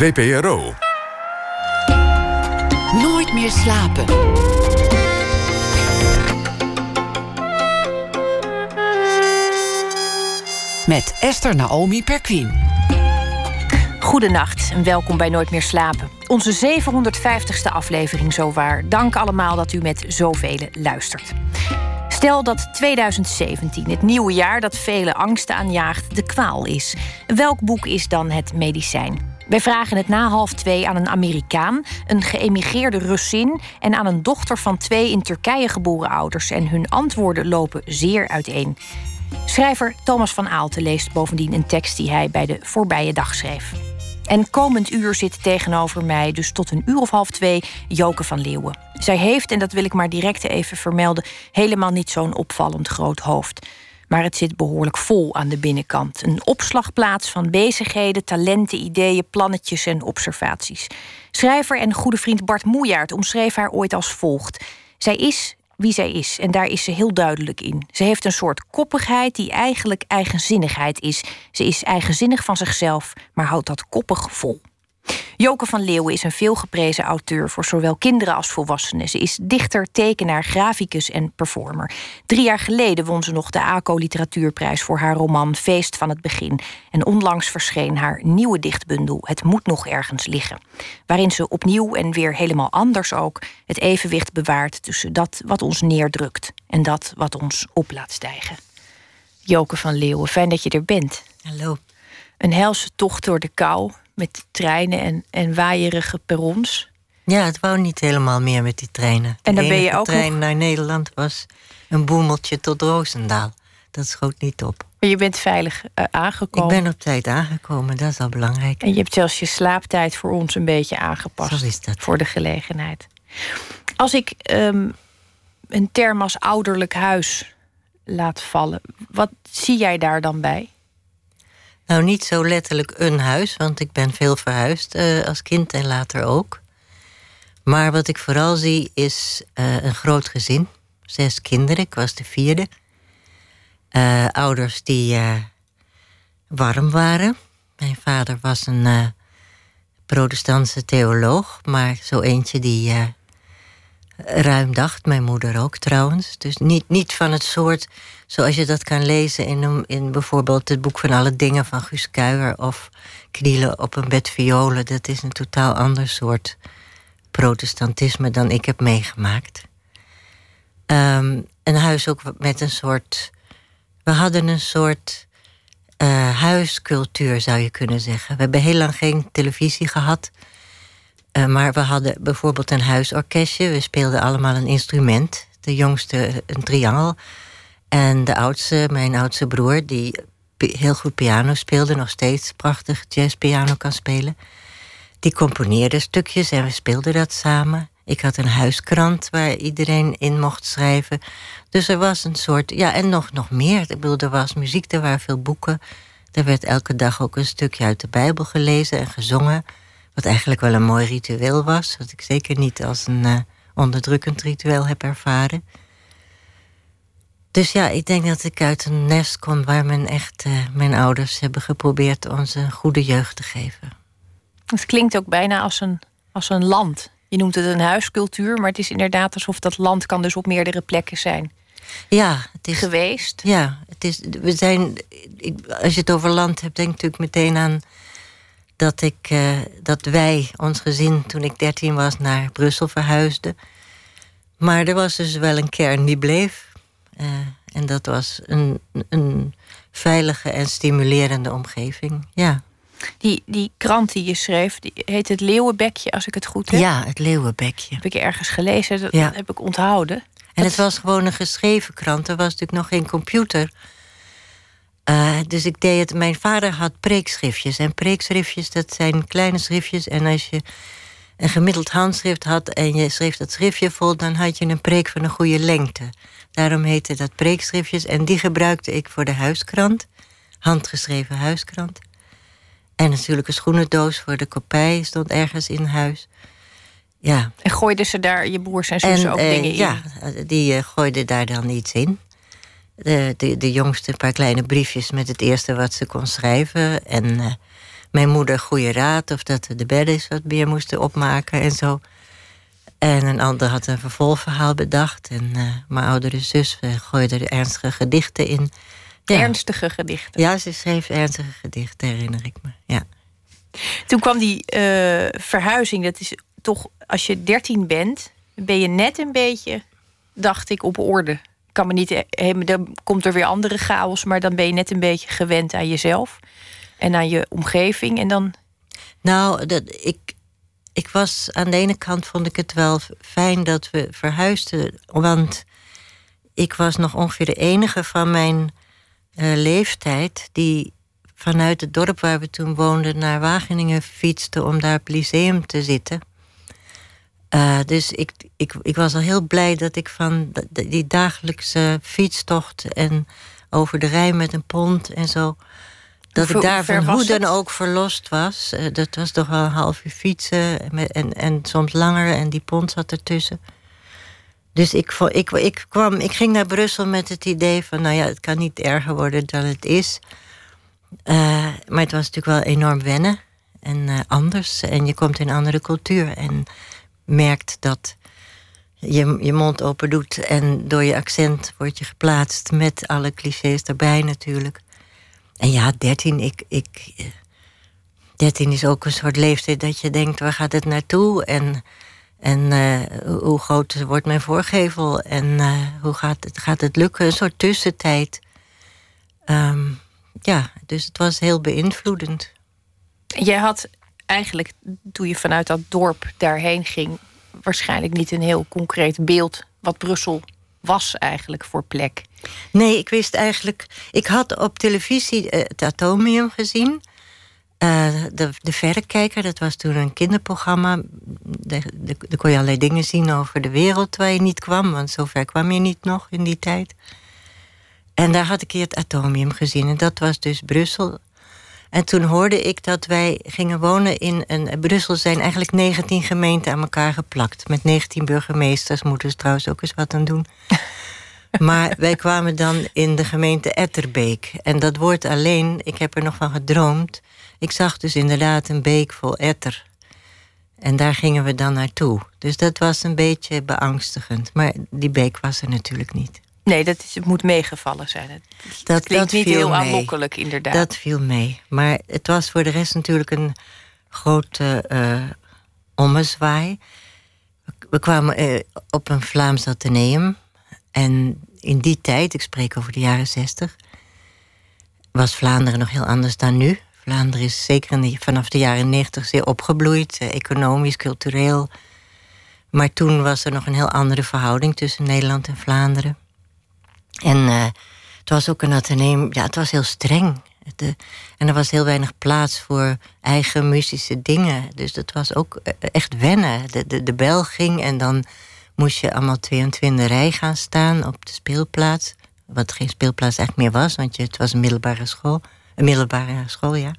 VPRO. Nooit meer slapen. Met Esther Naomi Perquin. Goedenacht en welkom bij Nooit meer slapen. Onze 750ste aflevering zowaar. Dank allemaal dat u met zoveel luistert. Stel dat 2017, het nieuwe jaar dat vele angsten aanjaagt, de kwaal is. Welk boek is dan het medicijn? Wij vragen het na 1:30 aan een Amerikaan, een geëmigreerde Russin en aan een dochter van 2 in Turkije geboren ouders. En hun antwoorden lopen zeer uiteen. Schrijver Thomas van Aalten leest bovendien een tekst die hij bij de voorbije dag schreef. En komend uur zit tegenover mij, dus tot 1:30, Joke van Leeuwen. Zij heeft, en dat wil ik maar direct even vermelden, helemaal niet zo'n opvallend groot hoofd. Maar het zit behoorlijk vol aan de binnenkant. Een opslagplaats van bezigheden, talenten, ideeën, plannetjes en observaties. Schrijver en goede vriend Bart Moejaert omschreef haar ooit als volgt. Zij is wie zij is, en daar is ze heel duidelijk in. Ze heeft een soort koppigheid die eigenlijk eigenzinnigheid is. Ze is eigenzinnig van zichzelf, maar houdt dat koppig vol. Joke van Leeuwen is een veelgeprezen auteur voor zowel kinderen als volwassenen. Ze is dichter, tekenaar, graficus en performer. 3 jaar geleden won ze nog de ACO Literatuurprijs voor haar roman Feest van het Begin. En onlangs verscheen haar nieuwe dichtbundel Het moet nog ergens liggen. Waarin ze opnieuw en weer helemaal anders ook het evenwicht bewaart tussen dat wat ons neerdrukt en dat wat ons op laat stijgen. Joke van Leeuwen, fijn dat je er bent. Hallo. Een helse tocht door de kou met treinen en waaierige perrons. Ja, het wou niet helemaal meer met die treinen. En dan ben je ook de trein naar Nederland was een boemeltje tot Roosendaal. Dat schoot niet op. Maar je bent veilig aangekomen. Ik ben op tijd aangekomen, dat is al belangrijk. En je hebt zelfs je slaaptijd voor ons een beetje aangepast. Zo is dat. Voor de gelegenheid. Als ik een term als ouderlijk huis laat vallen, wat zie jij daar dan bij? Nou, niet zo letterlijk een huis, want ik ben veel verhuisd als kind en later ook. Maar wat ik vooral zie is een groot gezin. 6 kinderen, ik was de 4e. Ouders die warm waren. Mijn vader was een protestantse theoloog, maar zo eentje die ruim dacht. Mijn moeder ook trouwens. Dus niet van het soort zoals je dat kan lezen in bijvoorbeeld het boek van alle dingen van Guus Kuijer of Knielen op een bed violen. Dat is een totaal ander soort protestantisme dan ik heb meegemaakt. Een huis ook met een soort. We hadden een soort huiscultuur, zou je kunnen zeggen. We hebben heel lang geen televisie gehad. Maar we hadden bijvoorbeeld een huisorkestje. We speelden allemaal een instrument. De jongste een triangel. En de oudste, mijn oudste broer, die heel goed piano speelde, nog steeds prachtig jazzpiano kan spelen. Die componeerde stukjes en we speelden dat samen. Ik had een huiskrant waar iedereen in mocht schrijven. Dus er was een soort, ja, en nog meer. Ik bedoel, er was muziek, er waren veel boeken. Er werd elke dag ook een stukje uit de Bijbel gelezen en gezongen. Wat eigenlijk wel een mooi ritueel was. Wat ik zeker niet als een onderdrukkend ritueel heb ervaren. Dus ja, ik denk dat ik uit een nest kom waar mijn ouders hebben geprobeerd ons een goede jeugd te geven. Het klinkt ook bijna als een land. Je noemt het een huiscultuur, maar het is inderdaad alsof dat land kan dus op meerdere plekken zijn. Ja, het is geweest. Ja, het is. Als je het over land hebt, denk ik natuurlijk meteen aan dat wij, ons gezin, toen ik 13 was, naar Brussel verhuisden. Maar er was dus wel een kern die bleef. En dat was een veilige en stimulerende omgeving, ja. Die krant die je schreef, die heet Het Leeuwenbekje, als ik het goed heb. Ja, Het Leeuwenbekje. Heb ik ergens gelezen, dat heb ik onthouden. En het was gewoon een geschreven krant, er was natuurlijk nog geen computer. Dus ik deed het. Mijn vader had preekschriftjes. En preekschriftjes, dat zijn kleine schriftjes. En als je een gemiddeld handschrift had en je schreef dat schriftje vol, dan had je een preek van een goede lengte. Daarom heette dat preekschriftjes. En die gebruikte ik voor de huiskrant. Handgeschreven huiskrant. En natuurlijk een schoenendoos voor de kopij stond ergens in huis. Ja. En gooiden ze daar, je broers en zussen, ook dingen in? Ja, die gooiden daar dan iets in. De jongste een paar kleine briefjes met het eerste wat ze kon schrijven. En mijn moeder goede raad, of dat we de bedden eens wat meer moesten opmaken en zo. En een ander had een vervolgverhaal bedacht. En mijn oudere zus gooide er ernstige gedichten in. Ja. Ernstige gedichten? Ja, ze schreef ernstige gedichten, herinner ik me. Ja. Toen kwam die verhuizing. Dat is toch, als je 13 bent, ben je net een beetje, dacht ik, op orde. Ik kan me niet, dan komt er weer andere chaos, maar dan ben je net een beetje gewend aan jezelf en aan je omgeving. En dan... Nou, ik was aan de ene kant, vond ik het wel fijn dat we verhuisden, want ik was nog ongeveer de enige van mijn leeftijd die vanuit het dorp waar we toen woonden naar Wageningen fietste om daar op het lyceum te zitten. Dus ik was al heel blij dat ik van die dagelijkse fietstocht en over de Rijn met een pont en zo, dat ik daarvan hoe dan ook verlost was. Dat was toch wel een half uur fietsen en soms langer en die pont zat ertussen. Dus ik ging naar Brussel met het idee van, nou ja, het kan niet erger worden dan het is. Maar het was natuurlijk wel enorm wennen en anders. En je komt in een andere cultuur en merkt dat je mond open doet en door je accent word je geplaatst met alle clichés erbij natuurlijk. En ja, 13, 13 is ook een soort leeftijd dat je denkt, waar gaat het naartoe? En hoe groot wordt mijn voorgevel? En hoe gaat het lukken? Een soort tussentijd. Ja, dus het was heel beïnvloedend. Jij had eigenlijk, toen je vanuit dat dorp daarheen ging, waarschijnlijk niet een heel concreet beeld wat Brussel was eigenlijk voor plek. Nee, ik wist eigenlijk... Ik had op televisie het Atomium gezien. De Verrekijker, dat was toen een kinderprogramma. Daar kon je allerlei dingen zien over de wereld waar je niet kwam, want zover kwam je niet nog in die tijd. En daar had ik hier het Atomium gezien. En dat was dus Brussel. En toen hoorde ik dat wij gingen wonen in een... Brussel zijn eigenlijk 19 gemeenten aan elkaar geplakt. Met 19 burgemeesters, moeten ze trouwens ook eens wat aan doen. Maar wij kwamen dan in de gemeente Etterbeek. En dat woord alleen, ik heb er nog van gedroomd. Ik zag dus inderdaad een beek vol etter. En daar gingen we dan naartoe. Dus dat was een beetje beangstigend. Maar die beek was er natuurlijk niet. Nee, het moet meegevallen zijn. Dat klinkt niet heel aanlokkelijk, inderdaad. Dat viel mee. Maar het was voor de rest natuurlijk een grote ommezwaai. We kwamen op een Vlaams ateneum. En in die tijd, ik spreek over de jaren 60... was Vlaanderen nog heel anders dan nu. Vlaanderen is zeker vanaf de jaren 90 zeer opgebloeid. Economisch, cultureel. Maar toen was er nog een heel andere verhouding tussen Nederland en Vlaanderen. En het was ook een ateneum, ja, het was heel streng. En er was heel weinig plaats voor eigen muzische dingen. Dus dat was ook echt wennen. De bel ging en dan moest je allemaal 2 en 2 in de rij gaan staan op de speelplaats. Wat geen speelplaats eigenlijk meer was, want het was een middelbare school. Een middelbare school, ja.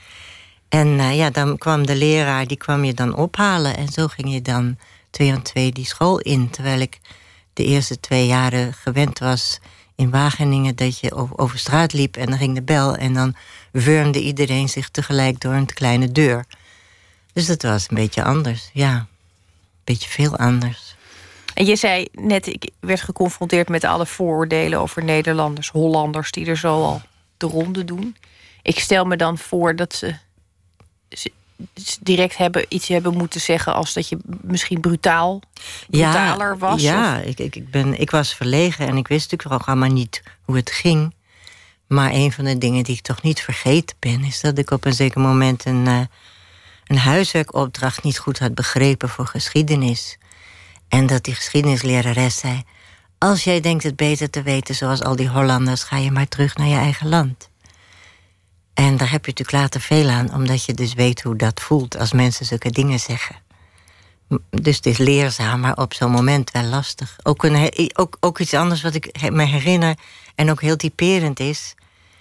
En dan kwam de leraar, die kwam je dan ophalen. En zo ging je dan 2 en 2 die school in. Terwijl ik de eerste 2 jaren gewend was in Wageningen dat je over straat liep en dan ging de bel en dan wurmde iedereen zich tegelijk door een kleine deur. Dus dat was een beetje anders, ja. Een beetje veel anders. En je zei net, ik werd geconfronteerd met alle vooroordelen over Nederlanders, Hollanders die er zo al de ronde doen. Ik stel me dan voor dat ze direct iets hebben moeten zeggen als dat je misschien brutaler was. Ja, ik was verlegen en ik wist natuurlijk ook allemaal niet hoe het ging. Maar een van de dingen die ik toch niet vergeten ben, is dat ik op een zeker moment een huiswerkopdracht niet goed had begrepen voor geschiedenis. En dat die geschiedenislerares zei, als jij denkt het beter te weten zoals al die Hollanders, ga je maar terug naar je eigen land. En daar heb je natuurlijk later veel aan, omdat je dus weet hoe dat voelt als mensen zulke dingen zeggen. Dus het is leerzaam, maar op zo'n moment wel lastig. Ook iets anders wat ik me herinner en ook heel typerend is.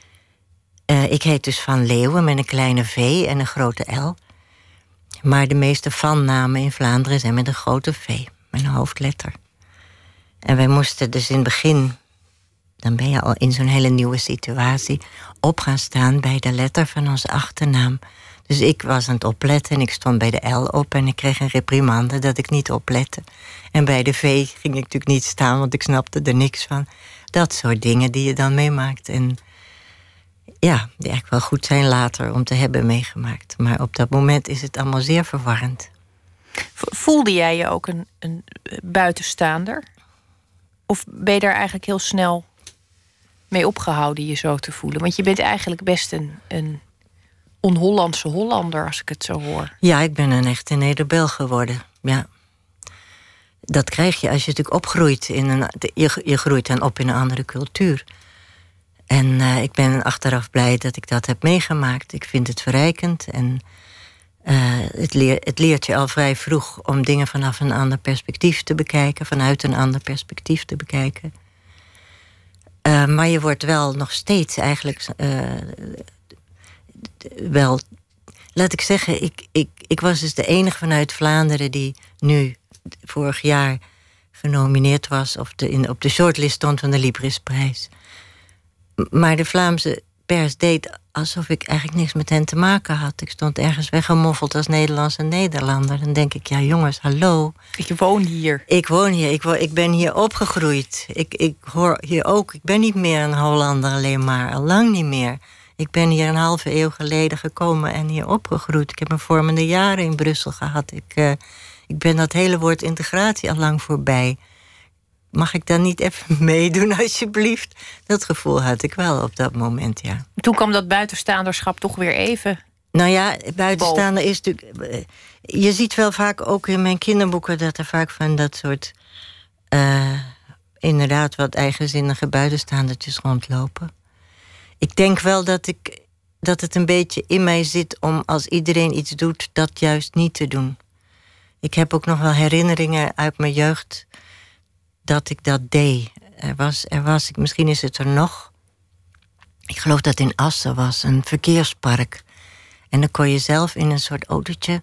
Ik heet dus Van Leeuwen met een kleine V en een grote L. Maar de meeste Van-namen in Vlaanderen zijn met een grote V, met een hoofdletter. En wij moesten dus in het begin, dan ben je al in zo'n hele nieuwe situatie, op gaan staan bij de letter van onze achternaam. Dus ik was aan het opletten en ik stond bij de L op... en ik kreeg een reprimande dat ik niet oplette. En bij de V ging ik natuurlijk niet staan, want ik snapte er niks van. Dat soort dingen die je dan meemaakt. En ja, die eigenlijk wel goed zijn later om te hebben meegemaakt. Maar op dat moment is het allemaal zeer verwarrend. Voelde jij je ook een buitenstaander? Of ben je daar eigenlijk heel snel mee opgehouden je zo te voelen? Want je bent eigenlijk best een on-Hollandse Hollander, als ik het zo hoor. Ja, ik ben een echte Nederbelg geworden, ja. Dat krijg je als je natuurlijk opgroeit. Je groeit dan op in een andere cultuur. En ik ben achteraf blij dat ik dat heb meegemaakt. Ik vind het verrijkend. En het leert je al vrij vroeg om dingen vanaf een ander perspectief te bekijken. Vanuit een ander perspectief te bekijken. Maar je wordt wel nog steeds eigenlijk wel... Laat ik zeggen, ik was dus de enige vanuit Vlaanderen die nu vorig jaar genomineerd was... of op de shortlist stond van de Librisprijs. Maar de Vlaamse pers deed alsof ik eigenlijk niks met hen te maken had. Ik stond ergens weggemoffeld als Nederlandse Nederlander. Dan denk ik, ja jongens, hallo. Ik woon hier. Ik woon hier, ik ben hier opgegroeid. Ik hoor hier ook, ik ben niet meer een Hollander alleen maar, al lang niet meer. Ik ben hier een halve eeuw geleden gekomen en hier opgegroeid. Ik heb mijn vormende jaren in Brussel gehad. Ik ben dat hele woord integratie al lang voorbij. Mag ik dan niet even meedoen, alsjeblieft? Dat gevoel had ik wel op dat moment, ja. Toen kwam dat buitenstaanderschap toch weer even... Nou ja, buitenstaander is natuurlijk... Je ziet wel vaak ook in mijn kinderboeken... dat er vaak van dat soort... inderdaad wat eigenzinnige buitenstaandertjes rondlopen. Ik denk wel dat het een beetje in mij zit... om als iedereen iets doet, dat juist niet te doen. Ik heb ook nog wel herinneringen uit mijn jeugd... dat ik dat deed. Misschien is het er nog. Ik geloof dat in Assen was, een verkeerspark. En dan kon je zelf in een soort autootje...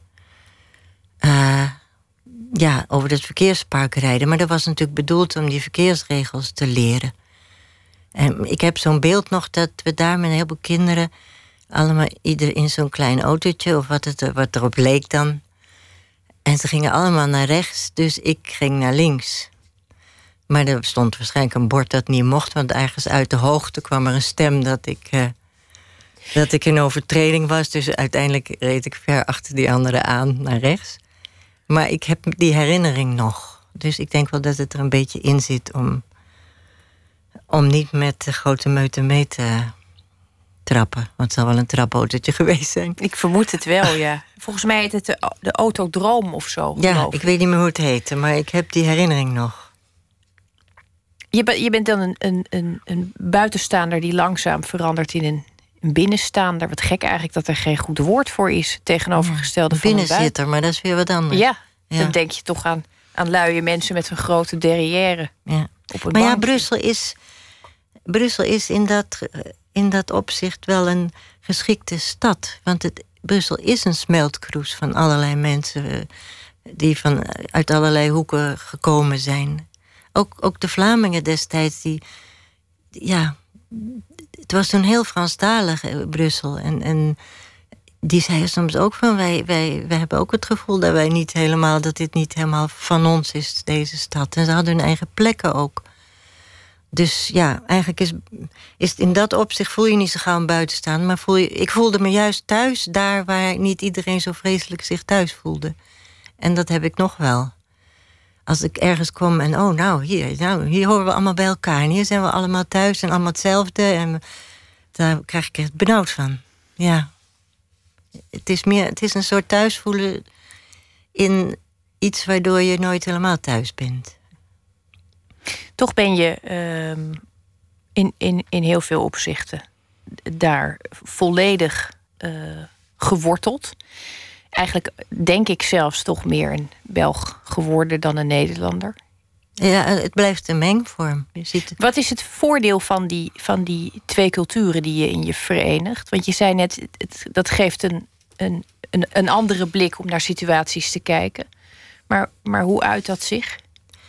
over het verkeerspark rijden. Maar dat was natuurlijk bedoeld om die verkeersregels te leren. En ik heb zo'n beeld nog dat we daar met een heleboel kinderen... allemaal ieder in zo'n klein autootje... of wat erop leek dan. En ze gingen allemaal naar rechts, dus ik ging naar links... Maar er stond waarschijnlijk een bord dat niet mocht... want ergens uit de hoogte kwam er een stem dat ik in overtreding was. Dus uiteindelijk reed ik ver achter die anderen aan naar rechts. Maar ik heb die herinnering nog. Dus ik denk wel dat het er een beetje in zit... om niet met de grote meute mee te trappen. Want het zal wel een trapautootje geweest zijn. Ik vermoed het wel, ja. Volgens mij heet het de Autodroom of zo. Ja, ik weet niet meer hoe het heette, maar ik heb die herinnering nog. Je bent dan een buitenstaander die langzaam verandert in een binnenstaander. Wat gek eigenlijk dat er geen goed woord voor is. Tegenovergestelde van een binnenzitter, maar dat is weer wat anders. Ja, dan denk je toch aan luie mensen met een grote derrière. Ja. Op een maar ja, bankje. Brussel is in dat opzicht wel een geschikte stad. Want Brussel is een smeltkroes van allerlei mensen... die uit allerlei hoeken gekomen zijn... Ook de Vlamingen destijds, het was toen heel Franstalig, Brussel. En die zeiden soms ook van, wij hebben ook het gevoel dat dit niet helemaal van ons is, deze stad. En ze hadden hun eigen plekken ook. Dus ja, eigenlijk is in dat opzicht voel je niet zo gauw buiten staan. Maar ik voelde me juist thuis, daar waar niet iedereen zo vreselijk zich thuis voelde. En dat heb ik nog wel. Als ik ergens kom en hier horen we allemaal bij elkaar. En hier zijn we allemaal thuis en allemaal hetzelfde. En daar krijg ik echt benauwd van. Ja. Het is een soort thuisvoelen in iets waardoor je nooit helemaal thuis bent. Toch ben je in heel veel opzichten daar volledig geworteld. Eigenlijk denk ik zelfs toch meer een Belg geworden dan een Nederlander. Ja, het blijft een mengvorm. Je ziet het. Wat is het voordeel van die twee culturen die je in je verenigt? Want je zei net, dat geeft een andere blik om naar situaties te kijken. Maar hoe uit dat zich?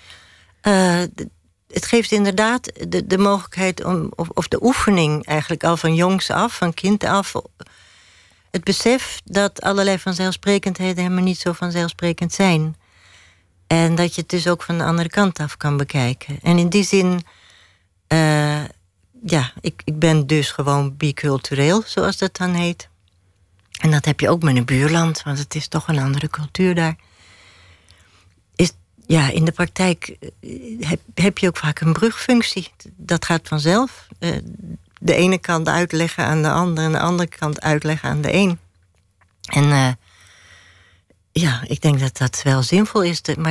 Het geeft inderdaad de mogelijkheid of de oefening eigenlijk al van jongs af, van kind af... het besef dat allerlei vanzelfsprekendheden helemaal niet zo vanzelfsprekend zijn. En dat je het dus ook van de andere kant af kan bekijken. En in die zin, ik ben dus gewoon bicultureel, zoals dat dan heet. En dat heb je ook met een buurland, want het is toch een andere cultuur daar. In de praktijk heb je ook vaak een brugfunctie. Dat gaat vanzelf. De ene kant uitleggen aan de ander en de andere kant uitleggen aan de een. En ik denk dat dat wel zinvol is. Maar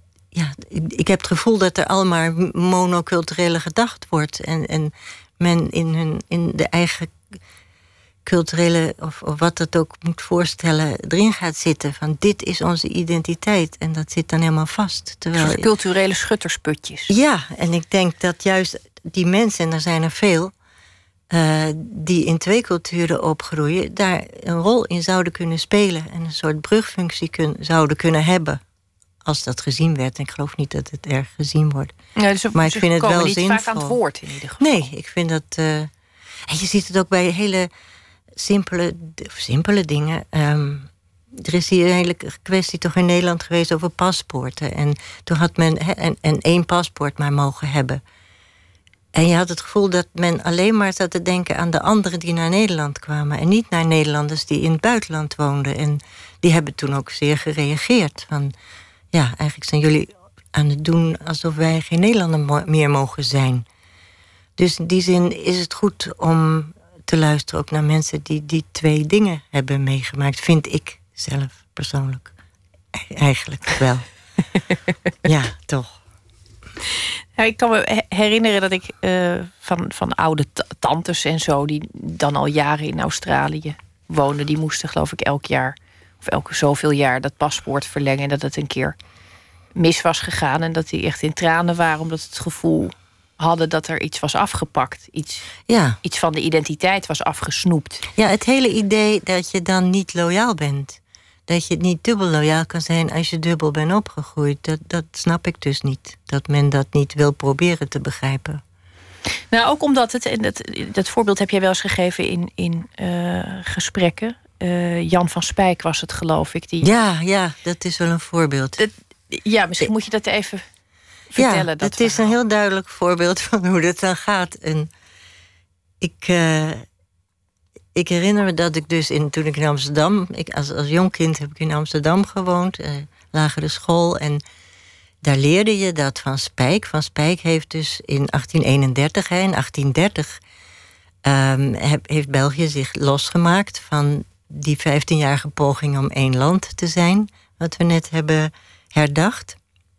ik heb het gevoel dat er allemaal monoculturele gedacht wordt. En men in de eigen culturele, of wat het ook moet voorstellen, erin gaat zitten. Van dit is onze identiteit. En dat zit dan helemaal vast. Terwijl culturele schuttersputjes. Ja, en ik denk dat juist die mensen, en er zijn er veel, die in twee culturen opgroeien, daar een rol in zouden kunnen spelen. En een soort brugfunctie zouden kunnen hebben. Als dat gezien werd. En ik geloof niet dat het erg gezien wordt. Ja, dus maar ik vind het wel niet zinvol. Vaak aan het woord in ieder geval. Nee, ik vind dat. En je ziet het ook bij hele simpele dingen. Er is hier een hele kwestie toch in Nederland geweest over paspoorten. En toen had men en 1 paspoort maar mogen hebben. En je had het gevoel dat men alleen maar zat te denken aan de anderen die naar Nederland kwamen. En niet naar Nederlanders die in het buitenland woonden. En die hebben toen ook zeer gereageerd. Van eigenlijk zijn jullie aan het doen alsof wij geen Nederlander meer mogen zijn. Dus in die zin is het goed om te luisteren ook naar mensen die die twee dingen hebben meegemaakt. Vind ik zelf persoonlijk. Eigenlijk wel. Ja, toch. Ik kan me herinneren dat ik van oude tantes en zo, die dan al jaren in Australië woonden, die moesten geloof ik elk jaar, of elke zoveel jaar, dat paspoort verlengen. En dat het een keer mis was gegaan en dat die echt in tranen waren, omdat het gevoel hadden dat er iets was afgepakt. Iets van de identiteit was afgesnoept. Ja, het hele idee dat je dan niet loyaal bent. Dat je niet dubbel loyaal kan zijn als je dubbel bent opgegroeid. Dat snap ik dus niet. Dat men dat niet wil proberen te begrijpen. Nou, ook omdat dat voorbeeld heb jij wel eens gegeven in gesprekken. Jan van Spijk was het, geloof ik. Ja, dat is wel een voorbeeld. Misschien moet je dat even vertellen. Ja, dat is een heel duidelijk voorbeeld van hoe dat dan gaat. En ik herinner me dat ik dus toen ik in Amsterdam, als jong kind heb ik in Amsterdam gewoond, lagere school, en daar leerde je dat Van Spijk. Van Spijk heeft dus in 1830 heeft België zich losgemaakt van die 15-jarige poging om één land te zijn, wat we net hebben herdacht.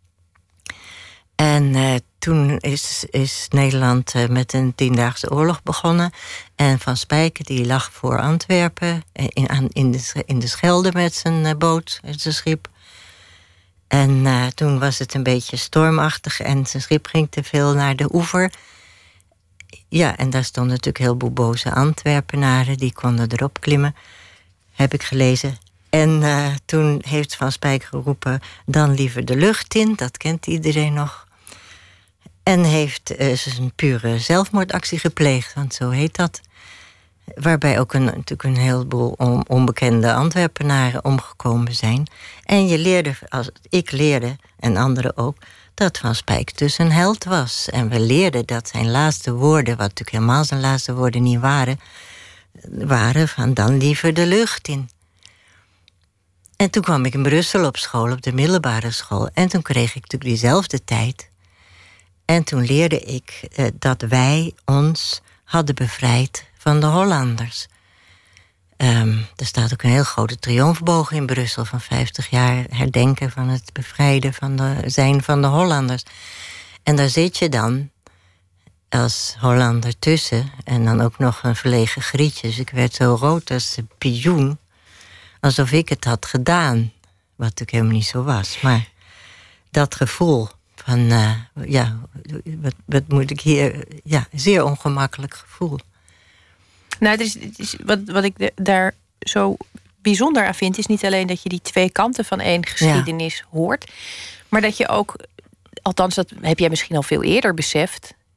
En toen is Nederland met een 10-daagse oorlog begonnen. En Van Spijk, die lag voor Antwerpen in de Schelde met zijn boot, zijn schip. En toen was het een beetje stormachtig en zijn schip ging te veel naar de oever. Ja, en daar stonden natuurlijk heel veel boze Antwerpenaren, die konden erop klimmen, heb ik gelezen. En toen heeft Van Spijk geroepen, dan liever de lucht in, dat kent iedereen nog. En heeft een pure zelfmoordactie gepleegd, want zo heet dat. Waarbij ook natuurlijk een heleboel onbekende Antwerpenaren omgekomen zijn. En ik leerde, en anderen ook, dat Van Spijk dus een held was. En we leerden dat zijn laatste woorden, wat natuurlijk helemaal zijn laatste woorden niet waren van dan liever de lucht in. En toen kwam ik in Brussel op school, op de middelbare school. En toen kreeg ik natuurlijk diezelfde tijd. En toen leerde ik dat wij ons hadden bevrijd van de Hollanders. Er staat ook een heel grote triomfboog in Brussel van 50 jaar herdenken van het bevrijden van de Hollanders. En daar zit je dan als Hollander tussen en dan ook nog een verlegen grietje. Dus ik werd zo rood als een pigeon, alsof ik het had gedaan. Wat natuurlijk helemaal niet zo was. Maar dat gevoel van, wat moet ik hier... Ja, zeer ongemakkelijk gevoel. Nou, wat ik daar zo bijzonder aan vind, is niet alleen dat je die twee kanten van één geschiedenis hoort, maar dat je ook, althans dat heb jij misschien al veel eerder beseft,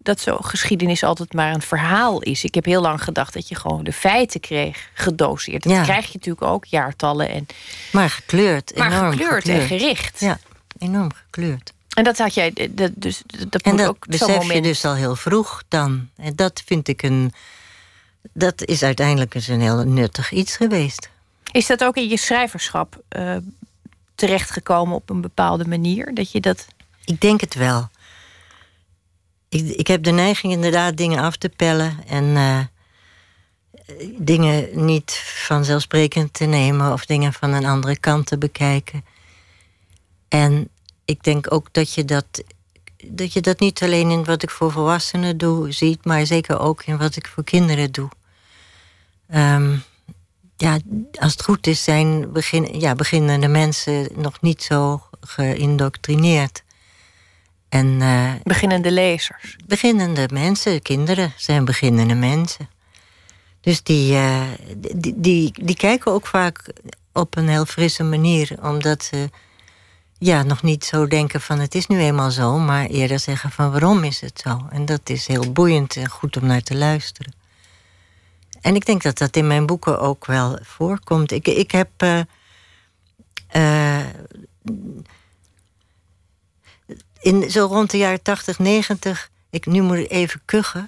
dat zo geschiedenis altijd maar een verhaal is. Ik heb heel lang gedacht dat je gewoon de feiten kreeg gedoseerd. Dat krijg je natuurlijk ook, jaartallen. Maar gekleurd. Maar gekleurd en gericht. Ja, enorm gekleurd. En dat had jij, dat moet ook zo'n moment... besef je dus al heel vroeg dan. En dat vind ik dat is uiteindelijk een heel nuttig iets geweest. Is dat ook in je schrijverschap terechtgekomen op een bepaalde manier? Dat je dat... Ik denk het wel. Ik heb de neiging inderdaad dingen af te pellen en dingen niet vanzelfsprekend te nemen of dingen van een andere kant te bekijken. En ik denk ook dat je dat niet alleen in wat ik voor volwassenen doe ziet, maar zeker ook in wat ik voor kinderen doe. Als het goed is, zijn beginnende mensen nog niet zo geïndoctrineerd. En, beginnende lezers. Beginnende mensen, kinderen zijn beginnende mensen. Dus die kijken ook vaak op een heel frisse manier, omdat ze nog niet zo denken van het is nu eenmaal zo, maar eerder zeggen van waarom is het zo. En dat is heel boeiend en goed om naar te luisteren. En ik denk dat dat in mijn boeken ook wel voorkomt. Ik heb in zo rond de jaren 80, 90... nu moet ik even kuchen.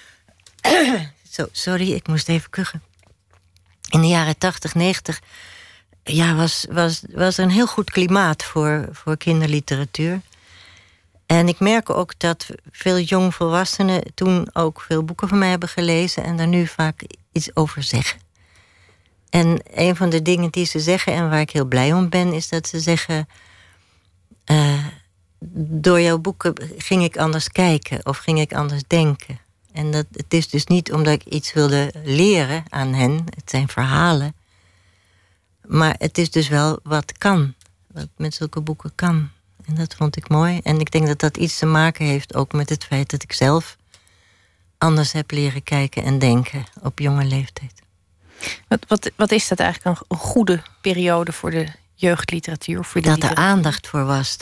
Sorry, ik moest even kuchen. In de jaren 80, 90... was er een heel goed klimaat voor kinderliteratuur. En ik merk ook dat veel jongvolwassenen toen ook veel boeken van mij hebben gelezen en daar nu vaak iets over zeggen. En een van de dingen die ze zeggen en waar ik heel blij om ben, is dat ze zeggen: door jouw boeken ging ik anders kijken of ging ik anders denken. En het is dus niet omdat ik iets wilde leren aan hen, het zijn verhalen. Maar het is dus wel wat kan, wat met zulke boeken kan. En dat vond ik mooi. En ik denk dat dat iets te maken heeft ook met het feit dat ik zelf anders heb leren kijken en denken op jonge leeftijd. Wat is dat eigenlijk een goede periode voor de jeugdliteratuur? Voor de dat er aandacht voor was.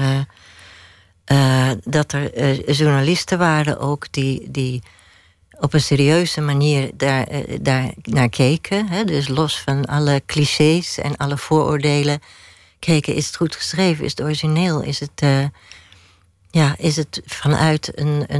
Dat er journalisten waren ook die op een serieuze manier daar naar keken. Hè? Dus los van alle clichés en alle vooroordelen keken, is het goed geschreven? Is het origineel? Is het vanuit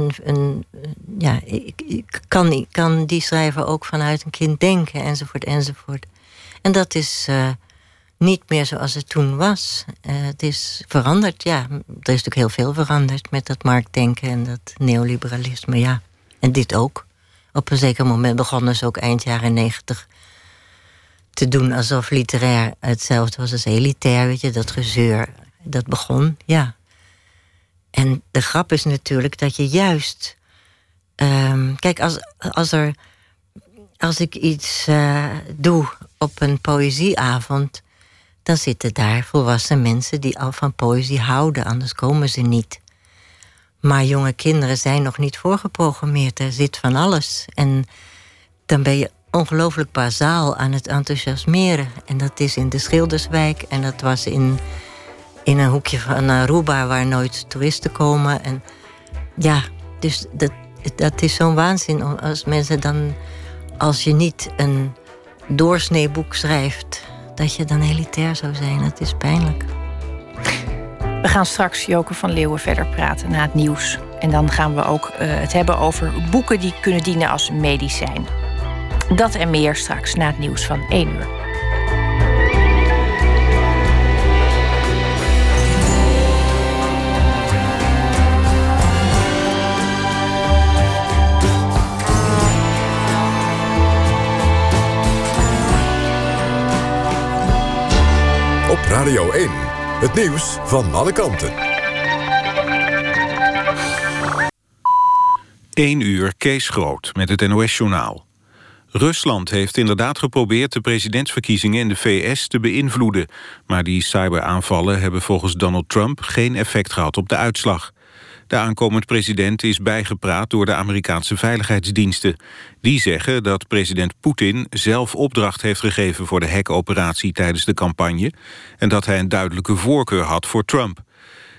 kan die schrijver ook vanuit een kind denken, enzovoort, enzovoort. En dat is niet meer zoals het toen was. Het is veranderd, ja. Er is natuurlijk heel veel veranderd met dat marktdenken en dat neoliberalisme, ja. En dit ook. Op een zeker moment begonnen ze ook eind jaren 90 te doen alsof literair hetzelfde was als elitair, weet je, dat gezeur, dat begon, ja. En de grap is natuurlijk dat je juist... kijk, als ik iets doe op een poëzieavond, dan zitten daar volwassen mensen die al van poëzie houden, anders komen ze niet. Maar jonge kinderen zijn nog niet voorgeprogrammeerd, er zit van alles. En dan ben je ongelooflijk bazaal aan het enthousiasmeren. En dat is in de Schilderswijk en dat was in een hoekje van Aruba waar nooit toeristen komen. En ja, dus dat is zo'n waanzin als mensen dan, als je niet een doorsneeboek schrijft, dat je dan elitair zou zijn. Dat is pijnlijk. We gaan straks Joke van Leeuwen verder praten na het nieuws. En dan gaan we ook het hebben over boeken die kunnen dienen als medicijn. Dat en meer straks na het nieuws van 1 uur. Op Radio 1, het nieuws van alle kanten. 1 uur, Kees Groot met het NOS-journaal. Rusland heeft inderdaad geprobeerd de presidentsverkiezingen in de VS te beïnvloeden. Maar die cyberaanvallen hebben volgens Donald Trump geen effect gehad op de uitslag. De aankomend president is bijgepraat door de Amerikaanse veiligheidsdiensten. Die zeggen dat president Poetin zelf opdracht heeft gegeven voor de hackoperatie tijdens de campagne en dat hij een duidelijke voorkeur had voor Trump.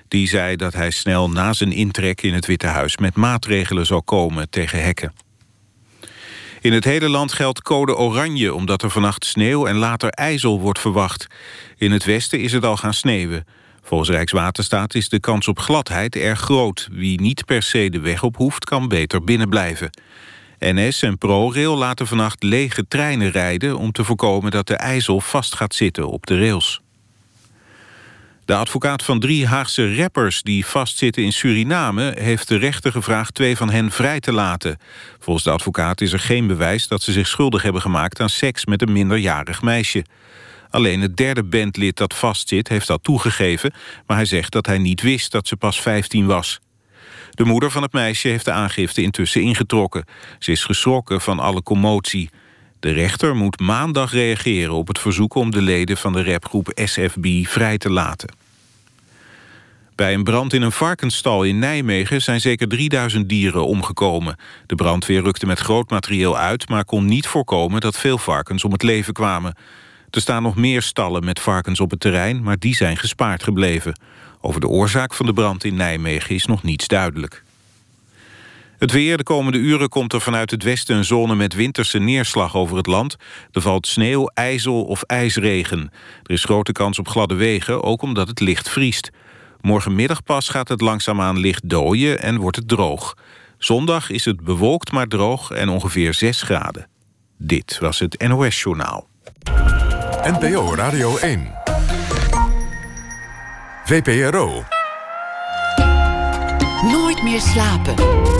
Die zei dat hij snel na zijn intrek in het Witte Huis met maatregelen zou komen tegen hekken. In het hele land geldt code oranje omdat er vannacht sneeuw en later ijzel wordt verwacht. In het westen is het al gaan sneeuwen. Volgens Rijkswaterstaat is de kans op gladheid erg groot. Wie niet per se de weg op hoeft, kan beter binnenblijven. NS en ProRail laten vannacht lege treinen rijden om te voorkomen dat de ijzel vast gaat zitten op de rails. De advocaat van 3 Haagse rappers die vastzitten in Suriname heeft de rechter gevraagd 2 van hen vrij te laten. Volgens de advocaat is er geen bewijs dat ze zich schuldig hebben gemaakt aan seks met een minderjarig meisje. Alleen het 3e bandlid dat vastzit heeft dat toegegeven, maar hij zegt dat hij niet wist dat ze pas 15 was. De moeder van het meisje heeft de aangifte intussen ingetrokken. Ze is geschrokken van alle commotie. De rechter moet maandag reageren op het verzoek om de leden van de rapgroep SFB vrij te laten. Bij een brand in een varkensstal in Nijmegen zijn zeker 3000 dieren omgekomen. De brandweer rukte met groot materieel uit, maar kon niet voorkomen dat veel varkens om het leven kwamen. Er staan nog meer stallen met varkens op het terrein, maar die zijn gespaard gebleven. Over de oorzaak van de brand in Nijmegen is nog niets duidelijk. Het weer. De komende uren komt er vanuit het westen een zone met winterse neerslag over het land. Er valt sneeuw, ijzel of ijsregen. Er is grote kans op gladde wegen, ook omdat het licht vriest. Morgenmiddag pas gaat het langzaamaan licht dooien en wordt het droog. Zondag is het bewolkt maar droog en ongeveer 6 graden. Dit was het NOS Journaal. NPO Radio 1. VPRO. Nooit meer slapen.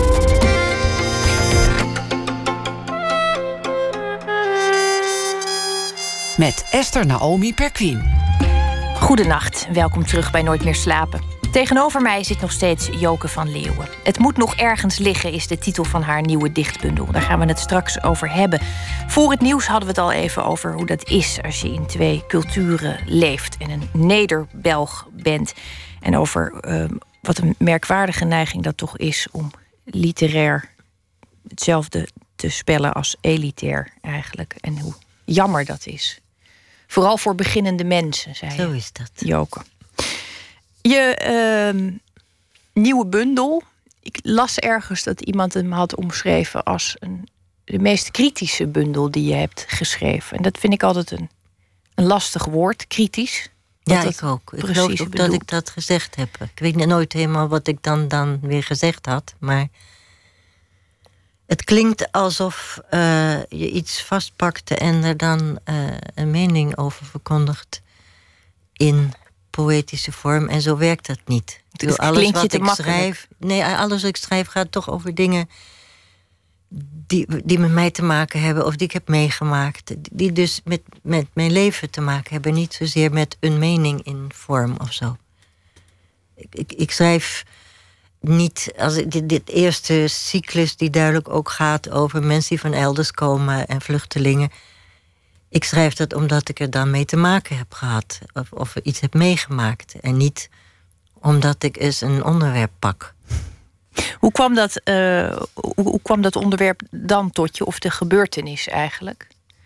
Met Esther Naomi Perquin. Goedenacht, welkom terug bij Nooit meer slapen. Tegenover mij zit nog steeds Joke van Leeuwen. Het moet nog ergens liggen is de titel van haar nieuwe dichtbundel. Daar gaan we het straks over hebben. Voor het nieuws hadden we het al even over hoe dat is als je in 2 culturen leeft en een Neder-Belg bent. En over wat een merkwaardige neiging dat toch is om literair hetzelfde te spellen als elitair eigenlijk. En hoe jammer dat is. Vooral voor beginnende mensen, zei Zo is dat. Joke. Je nieuwe bundel. Ik las ergens dat iemand hem had omschreven als de meest kritische bundel die je hebt geschreven. En dat vind ik altijd een lastig woord, kritisch. Ja, ik ook. Ik geloof ook dat ik dat gezegd heb. Ik weet nooit helemaal wat ik dan weer gezegd had. Maar het klinkt alsof je iets vastpakte en er dan een mening over verkondigt in poëtische vorm. En zo werkt dat niet. Alles wat ik schrijf. Nee, alles wat ik schrijf gaat toch over dingen die met mij te maken hebben, of die ik heb meegemaakt. Die dus met mijn leven te maken hebben. Niet zozeer met een mening in vorm of zo. Ik schrijf niet als dit eerste cyclus die duidelijk ook gaat over mensen die van elders komen en vluchtelingen. Ik schrijf dat omdat ik er dan mee te maken heb gehad. Of iets heb meegemaakt. En niet omdat ik eens een onderwerp pak. Hoe kwam dat onderwerp dan tot je? Of de gebeurtenis eigenlijk?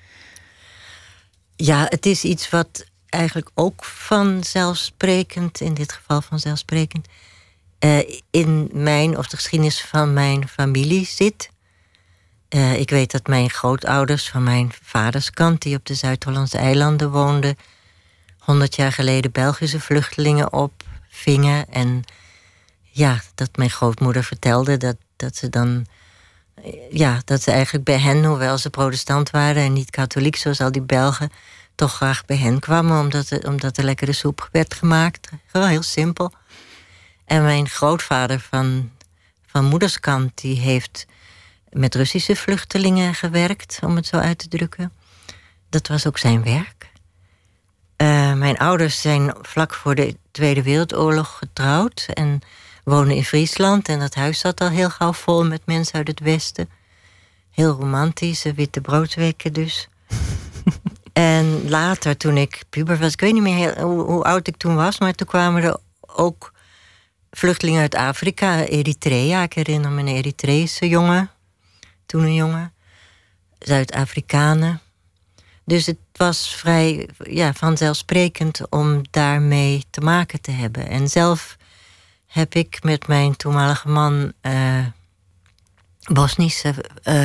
Ja, het is iets wat eigenlijk ook vanzelfsprekend, in dit geval vanzelfsprekend, in mijn, of de geschiedenis van mijn familie zit. Ik weet dat mijn grootouders van mijn vaders kant, die op de Zuid-Hollandse eilanden woonden, 100 jaar geleden Belgische vluchtelingen opvingen. En ja, dat mijn grootmoeder vertelde dat ze dan, ja, dat ze eigenlijk bij hen, hoewel ze protestant waren en niet katholiek zoals al die Belgen, toch graag bij hen kwamen omdat er lekkere soep werd gemaakt. Gewoon heel simpel. En mijn grootvader van moederskant, die heeft met Russische vluchtelingen gewerkt, om het zo uit te drukken. Dat was ook zijn werk. Mijn ouders zijn vlak voor de Tweede Wereldoorlog getrouwd en woonden in Friesland. En dat huis zat al heel gauw vol met mensen uit het Westen. Heel romantische witte broodweken dus. En later, toen ik puber was, ik weet niet meer hoe oud ik toen was, maar toen kwamen er ook vluchtelingen uit Afrika, Eritrea. Ik herinner me een Eritreese jongen, toen een jongen, Zuid-Afrikanen. Dus het was vrij vanzelfsprekend om daarmee te maken te hebben. En zelf heb ik met mijn toenmalige man Bosnische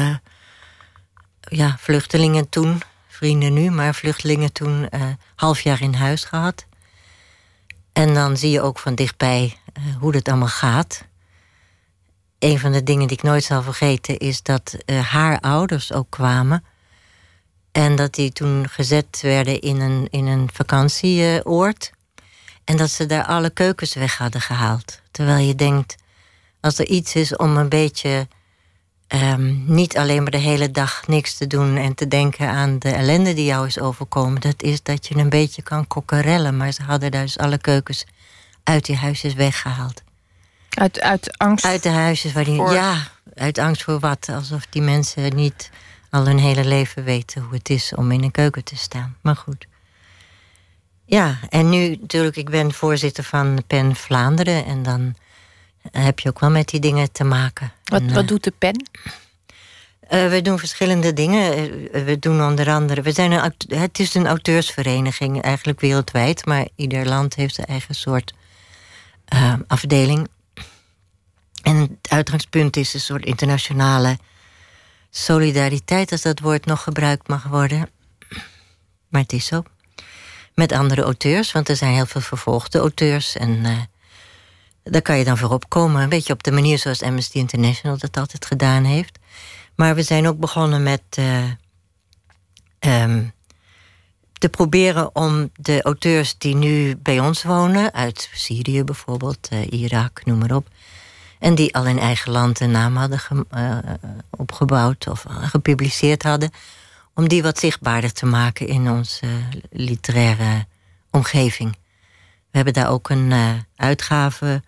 vluchtelingen toen, vrienden nu, maar vluchtelingen toen half jaar in huis gehad. En dan zie je ook van dichtbij hoe dat allemaal gaat. Een van de dingen die ik nooit zal vergeten is dat haar ouders ook kwamen. En dat die toen gezet werden in een vakantieoord. En dat ze daar alle keukens weg hadden gehaald. Terwijl je denkt, als er iets is om een beetje niet alleen maar de hele dag niks te doen en te denken aan de ellende die jou is overkomen, dat is dat je een beetje kan kokkerellen. Maar ze hadden dus alle keukens uit die huisjes weggehaald. Uit angst? Uit de huisjes waar die. Ja, uit angst voor wat? Alsof die mensen niet al hun hele leven weten hoe het is om in een keuken te staan. Maar goed. Ja, en nu natuurlijk, ik ben voorzitter van PEN Vlaanderen. En dan heb je ook wel met die dingen te maken. Wat doet de PEN? We doen verschillende dingen. We doen onder andere. Het is een auteursvereniging, eigenlijk wereldwijd. Maar ieder land heeft zijn eigen soort afdeling. En het uitgangspunt is een soort internationale solidariteit, als dat woord nog gebruikt mag worden. Maar het is zo. Met andere auteurs, want er zijn heel veel vervolgde auteurs. En daar kan je dan voor opkomen. Een beetje op de manier zoals Amnesty International dat altijd gedaan heeft. Maar we zijn ook begonnen met te proberen om de auteurs die nu bij ons wonen, uit Syrië bijvoorbeeld, Irak, noem maar op, en die al in eigen land een naam hadden opgebouwd of gepubliceerd hadden, om die wat zichtbaarder te maken in onze literaire omgeving. We hebben daar ook een uitgave,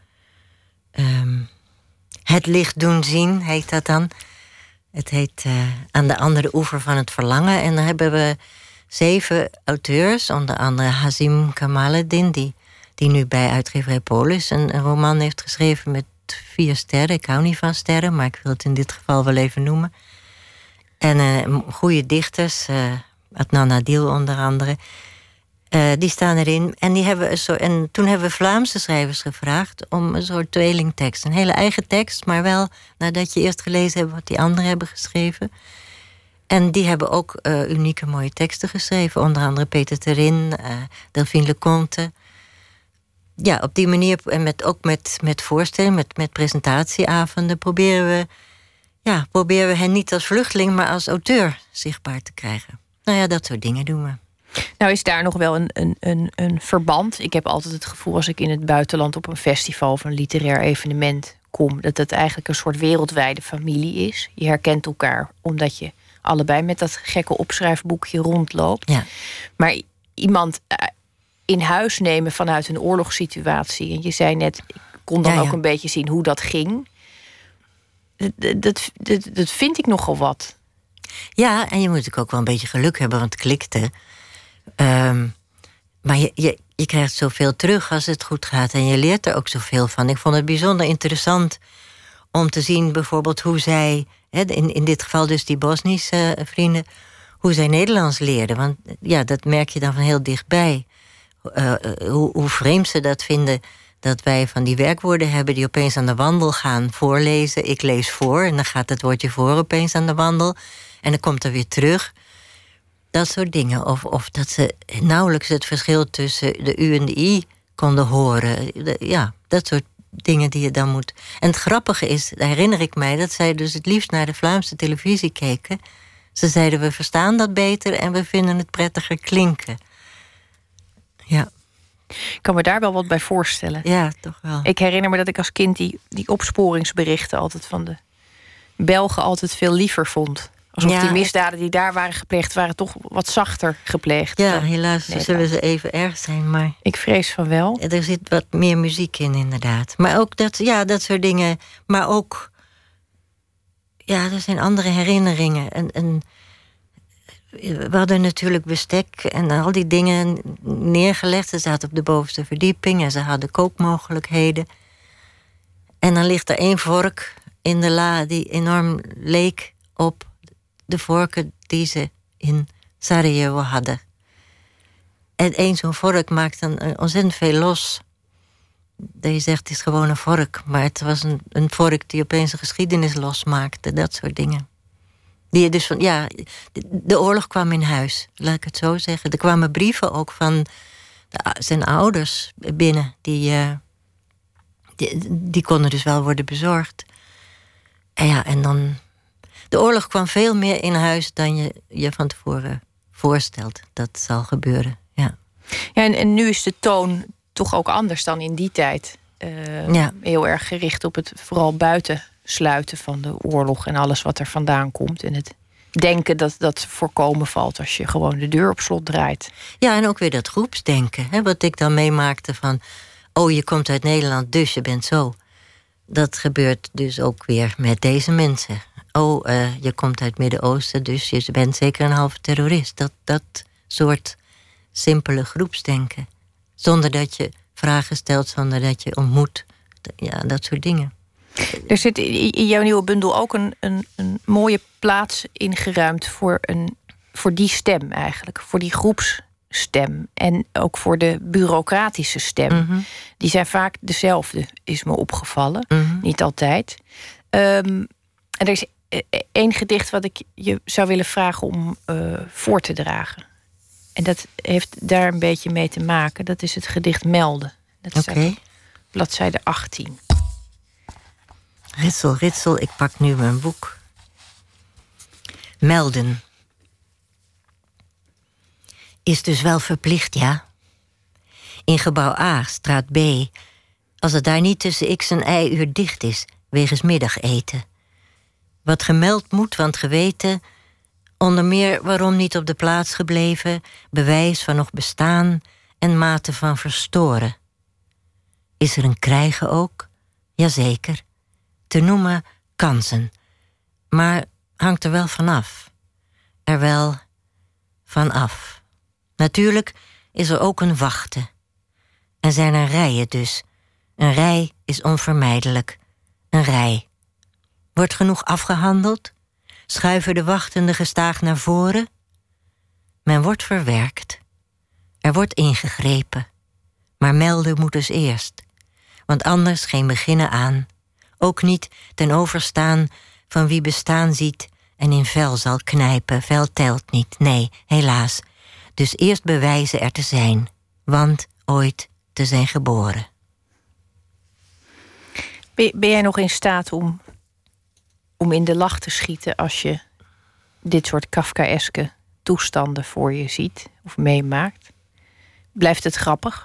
Het licht doen zien, heet dat dan. Het heet Aan de andere oever van het verlangen. En dan hebben we 7 auteurs, onder andere Hazim Kamaluddin, die nu bij uitgeverij Polis een roman heeft geschreven met 4 sterren. Ik hou niet van sterren, maar ik wil het in dit geval wel even noemen. En goede dichters, Adnan Adil onder andere, die staan erin. En, en toen hebben we Vlaamse schrijvers gevraagd om een soort tweelingtekst. Een hele eigen tekst, maar wel nadat je eerst gelezen hebt wat die anderen hebben geschreven. En die hebben ook unieke mooie teksten geschreven. Onder andere Peter Terin, Delphine Leconte. Ja, op die manier, en ook met voorstellingen, met presentatieavonden, proberen we hen niet als vluchteling, maar als auteur zichtbaar te krijgen. Nou ja, dat soort dingen doen we. Nou is daar nog wel een verband. Ik heb altijd het gevoel als ik in het buitenland op een festival of een literair evenement kom, dat het eigenlijk een soort wereldwijde familie is. Je herkent elkaar omdat je allebei met dat gekke opschrijfboekje rondloopt. Ja. Maar iemand in huis nemen vanuit een oorlogssituatie, en je zei net, ik kon dan ook een beetje zien hoe dat ging. Dat vind ik nogal wat. Ja, en je moet natuurlijk ook wel een beetje geluk hebben, want het klikte. Maar je krijgt zoveel terug als het goed gaat. En je leert er ook zoveel van. Ik vond het bijzonder interessant om te zien bijvoorbeeld hoe zij, in dit geval dus die Bosnische vrienden, hoe zij Nederlands leerden. Want ja, dat merk je dan van heel dichtbij. Hoe vreemd ze dat vinden dat wij van die werkwoorden hebben die opeens aan de wandel gaan voorlezen. Ik lees voor en dan gaat het woordje voor opeens aan de wandel. En dan komt er weer terug. Dat soort dingen. Of dat ze nauwelijks het verschil tussen de U en de I konden horen. Dat soort dingen die je dan moet. En het grappige is, herinner ik mij, dat zij dus het liefst naar de Vlaamse televisie keken. Ze zeiden, we verstaan dat beter en we vinden het prettiger klinken. Ja. Ik kan me daar wel wat bij voorstellen. Ja, toch wel. Ik herinner me dat ik als kind die opsporingsberichten altijd van de Belgen altijd veel liever vond. Alsof die misdaden die daar waren gepleegd, waren toch wat zachter gepleegd. Ja, helaas zullen ze even erg zijn, maar ik vrees van wel. Er zit wat meer muziek in, inderdaad. Maar ook dat soort dingen. Maar ook, er zijn andere herinneringen. En we hadden natuurlijk bestek en al die dingen neergelegd. Ze zaten op de bovenste verdieping en ze hadden kookmogelijkheden. En dan ligt er 1 vork in de la die enorm leek op de vorken die ze in Sarajevo hadden. En 1 zo'n vork maakt dan ontzettend veel los. dat je zegt het is gewoon een vork. Maar het was een vork die opeens een geschiedenis losmaakte. Dat soort dingen. Die je dus van, ja, de oorlog kwam in huis, laat ik het zo zeggen. Er kwamen brieven ook van zijn ouders binnen. Die konden dus wel worden bezorgd. En dan... De oorlog kwam veel meer in huis dan je van tevoren voorstelt. Dat zal gebeuren, ja. Ja, en nu is de toon toch ook anders dan in die tijd. Heel erg gericht op het vooral buitensluiten van de oorlog... en alles wat er vandaan komt. En het denken dat voorkomen valt als je gewoon de deur op slot draait. Ja, en ook weer dat groepsdenken. Hè, wat ik dan meemaakte van... je komt uit Nederland, dus je bent zo. Dat gebeurt dus ook weer met deze mensen. Je komt uit het Midden-Oosten, dus je bent zeker een halve terrorist. Dat soort simpele groepsdenken. Zonder dat je vragen stelt, zonder dat je ontmoet. Ja, dat soort dingen. Er zit in jouw nieuwe bundel ook een mooie plaats ingeruimd voor die stem eigenlijk. Voor die groepsstem. En ook voor de bureaucratische stem. Mm-hmm. Die zijn vaak dezelfde, is me opgevallen. Mm-hmm. Niet altijd. En er is één gedicht wat ik je zou willen vragen om voor te dragen. En dat heeft daar een beetje mee te maken. Dat is het gedicht Melden. Dat staat op bladzijde 18. Ritsel, ritsel, ik pak nu mijn boek. Melden. Is dus wel verplicht, ja. In gebouw A, straat B. Als het daar niet tussen x en y uur dicht is, wegens middageten. Wat gemeld moet, want geweten... onder meer waarom niet op de plaats gebleven... bewijs van nog bestaan en mate van verstoren. Is er een krijgen ook? Jazeker. Te noemen kansen. Maar hangt er wel vanaf. Er wel vanaf. Natuurlijk is er ook een wachten. En zijn er rijen dus. Een rij is onvermijdelijk. Een rij. Wordt genoeg afgehandeld? Schuiven de wachtenden gestaag naar voren? Men wordt verwerkt. Er wordt ingegrepen. Maar melden moet dus eerst. Want anders geen beginnen aan. Ook niet ten overstaan van wie bestaan ziet... en in vel zal knijpen. Vel telt niet, nee, helaas. Dus eerst bewijzen er te zijn. Want ooit te zijn geboren. Ben jij nog in staat om in de lach te schieten... als je dit soort Kafkaeske toestanden voor je ziet of meemaakt? Blijft het grappig?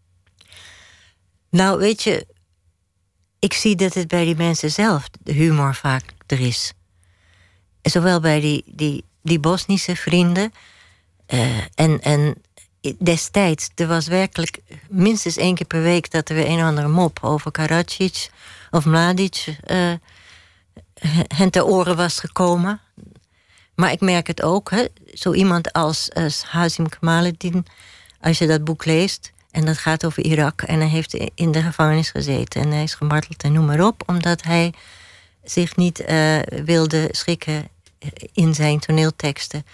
Nou, weet je... Ik zie dat het bij die mensen zelf de humor vaak er is. Zowel bij die Bosnische vrienden... En destijds, er was werkelijk minstens 1 keer per week... dat er weer een of andere mop over Karadzic of Mladic... hen ter oren was gekomen. Maar ik merk het ook, hè, zo iemand als Hazim Kamaluddin... als je dat boek leest, en dat gaat over Irak... en hij heeft in de gevangenis gezeten en hij is gemarteld en noem maar op... omdat hij zich niet wilde schikken in zijn toneelteksten...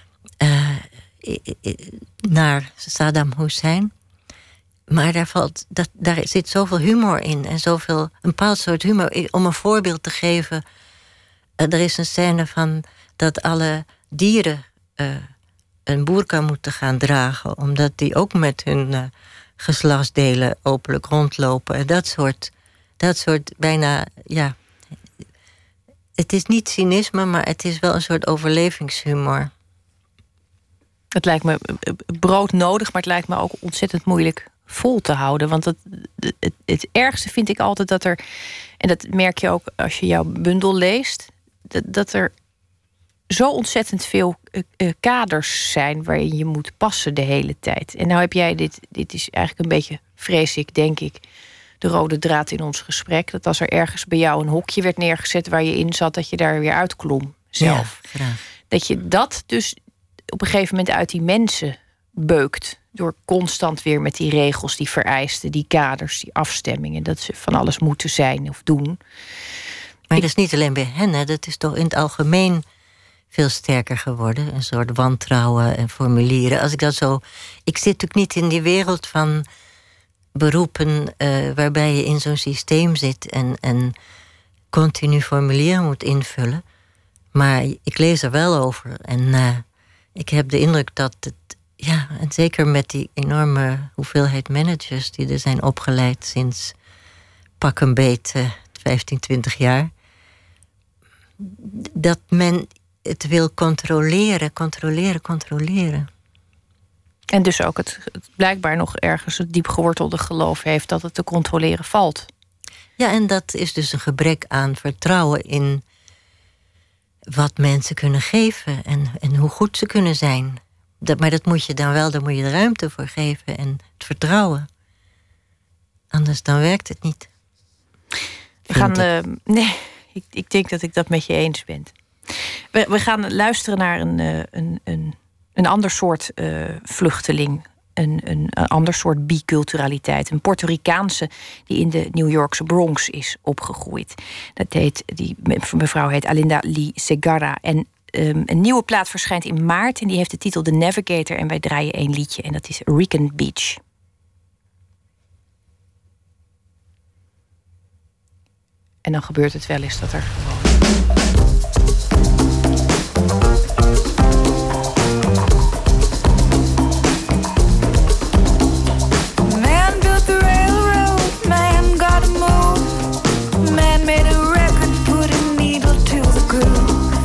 naar Saddam Hussein. Maar daar zit zoveel humor in. En zoveel, een bepaald soort humor. Om een voorbeeld te geven... er is een scène van dat alle dieren... een boerka moeten gaan dragen... omdat die ook met hun geslachtsdelen openlijk rondlopen. En dat soort bijna... ja. Het is niet cynisme, maar het is wel een soort overlevingshumor... Het lijkt me broodnodig, maar het lijkt me ook ontzettend moeilijk vol te houden. Want het ergste vind ik altijd dat er... en dat merk je ook als je jouw bundel leest... dat er zo ontzettend veel kaders zijn waarin je moet passen de hele tijd. En nou heb jij dit is eigenlijk een beetje, vrees ik, denk ik... de rode draad in ons gesprek. Dat als er ergens bij jou een hokje werd neergezet waar je in zat... dat je daar weer uitklom zelf. Ja, graag. Dat je dat dus... op een gegeven moment uit die mensen beukt. Door constant weer met die regels, die vereisten, die kaders, die afstemmingen. Dat ze van alles moeten zijn of doen. Maar dat is niet alleen bij hen, hè. Dat is toch in het algemeen veel sterker geworden. Een soort wantrouwen en formulieren. Als ik dat zo... Ik zit natuurlijk niet in die wereld van beroepen waarbij je in zo'n systeem zit en continu formulieren moet invullen. Maar ik lees er wel over. En ik heb de indruk dat het... Ja, en zeker met die enorme hoeveelheid managers die er zijn opgeleid sinds pak een beet 15, 20 jaar. Dat men het wil controleren. En dus ook het blijkbaar nog ergens het diep gewortelde geloof heeft dat het te controleren valt. Ja, en dat is dus een gebrek aan vertrouwen in wat mensen kunnen geven en hoe goed ze kunnen zijn. Maar dat moet je dan wel, daar moet je de ruimte voor geven en het vertrouwen. Anders dan werkt het niet. Ik denk dat ik dat met je eens ben. We gaan luisteren naar een ander soort vluchteling. Een ander soort biculturaliteit. Een Puerto Ricaanse die in de New Yorkse Bronx is opgegroeid. Die mevrouw heet Alinda Lee Segarra. En een nieuwe plaat verschijnt in maart en die heeft de titel The Navigator. En wij draaien 1 liedje en dat is Rican Beach. En dan gebeurt het wel eens dat er gewoon... Man built the railroad, man got a move. Man made a record, put a needle to the groove.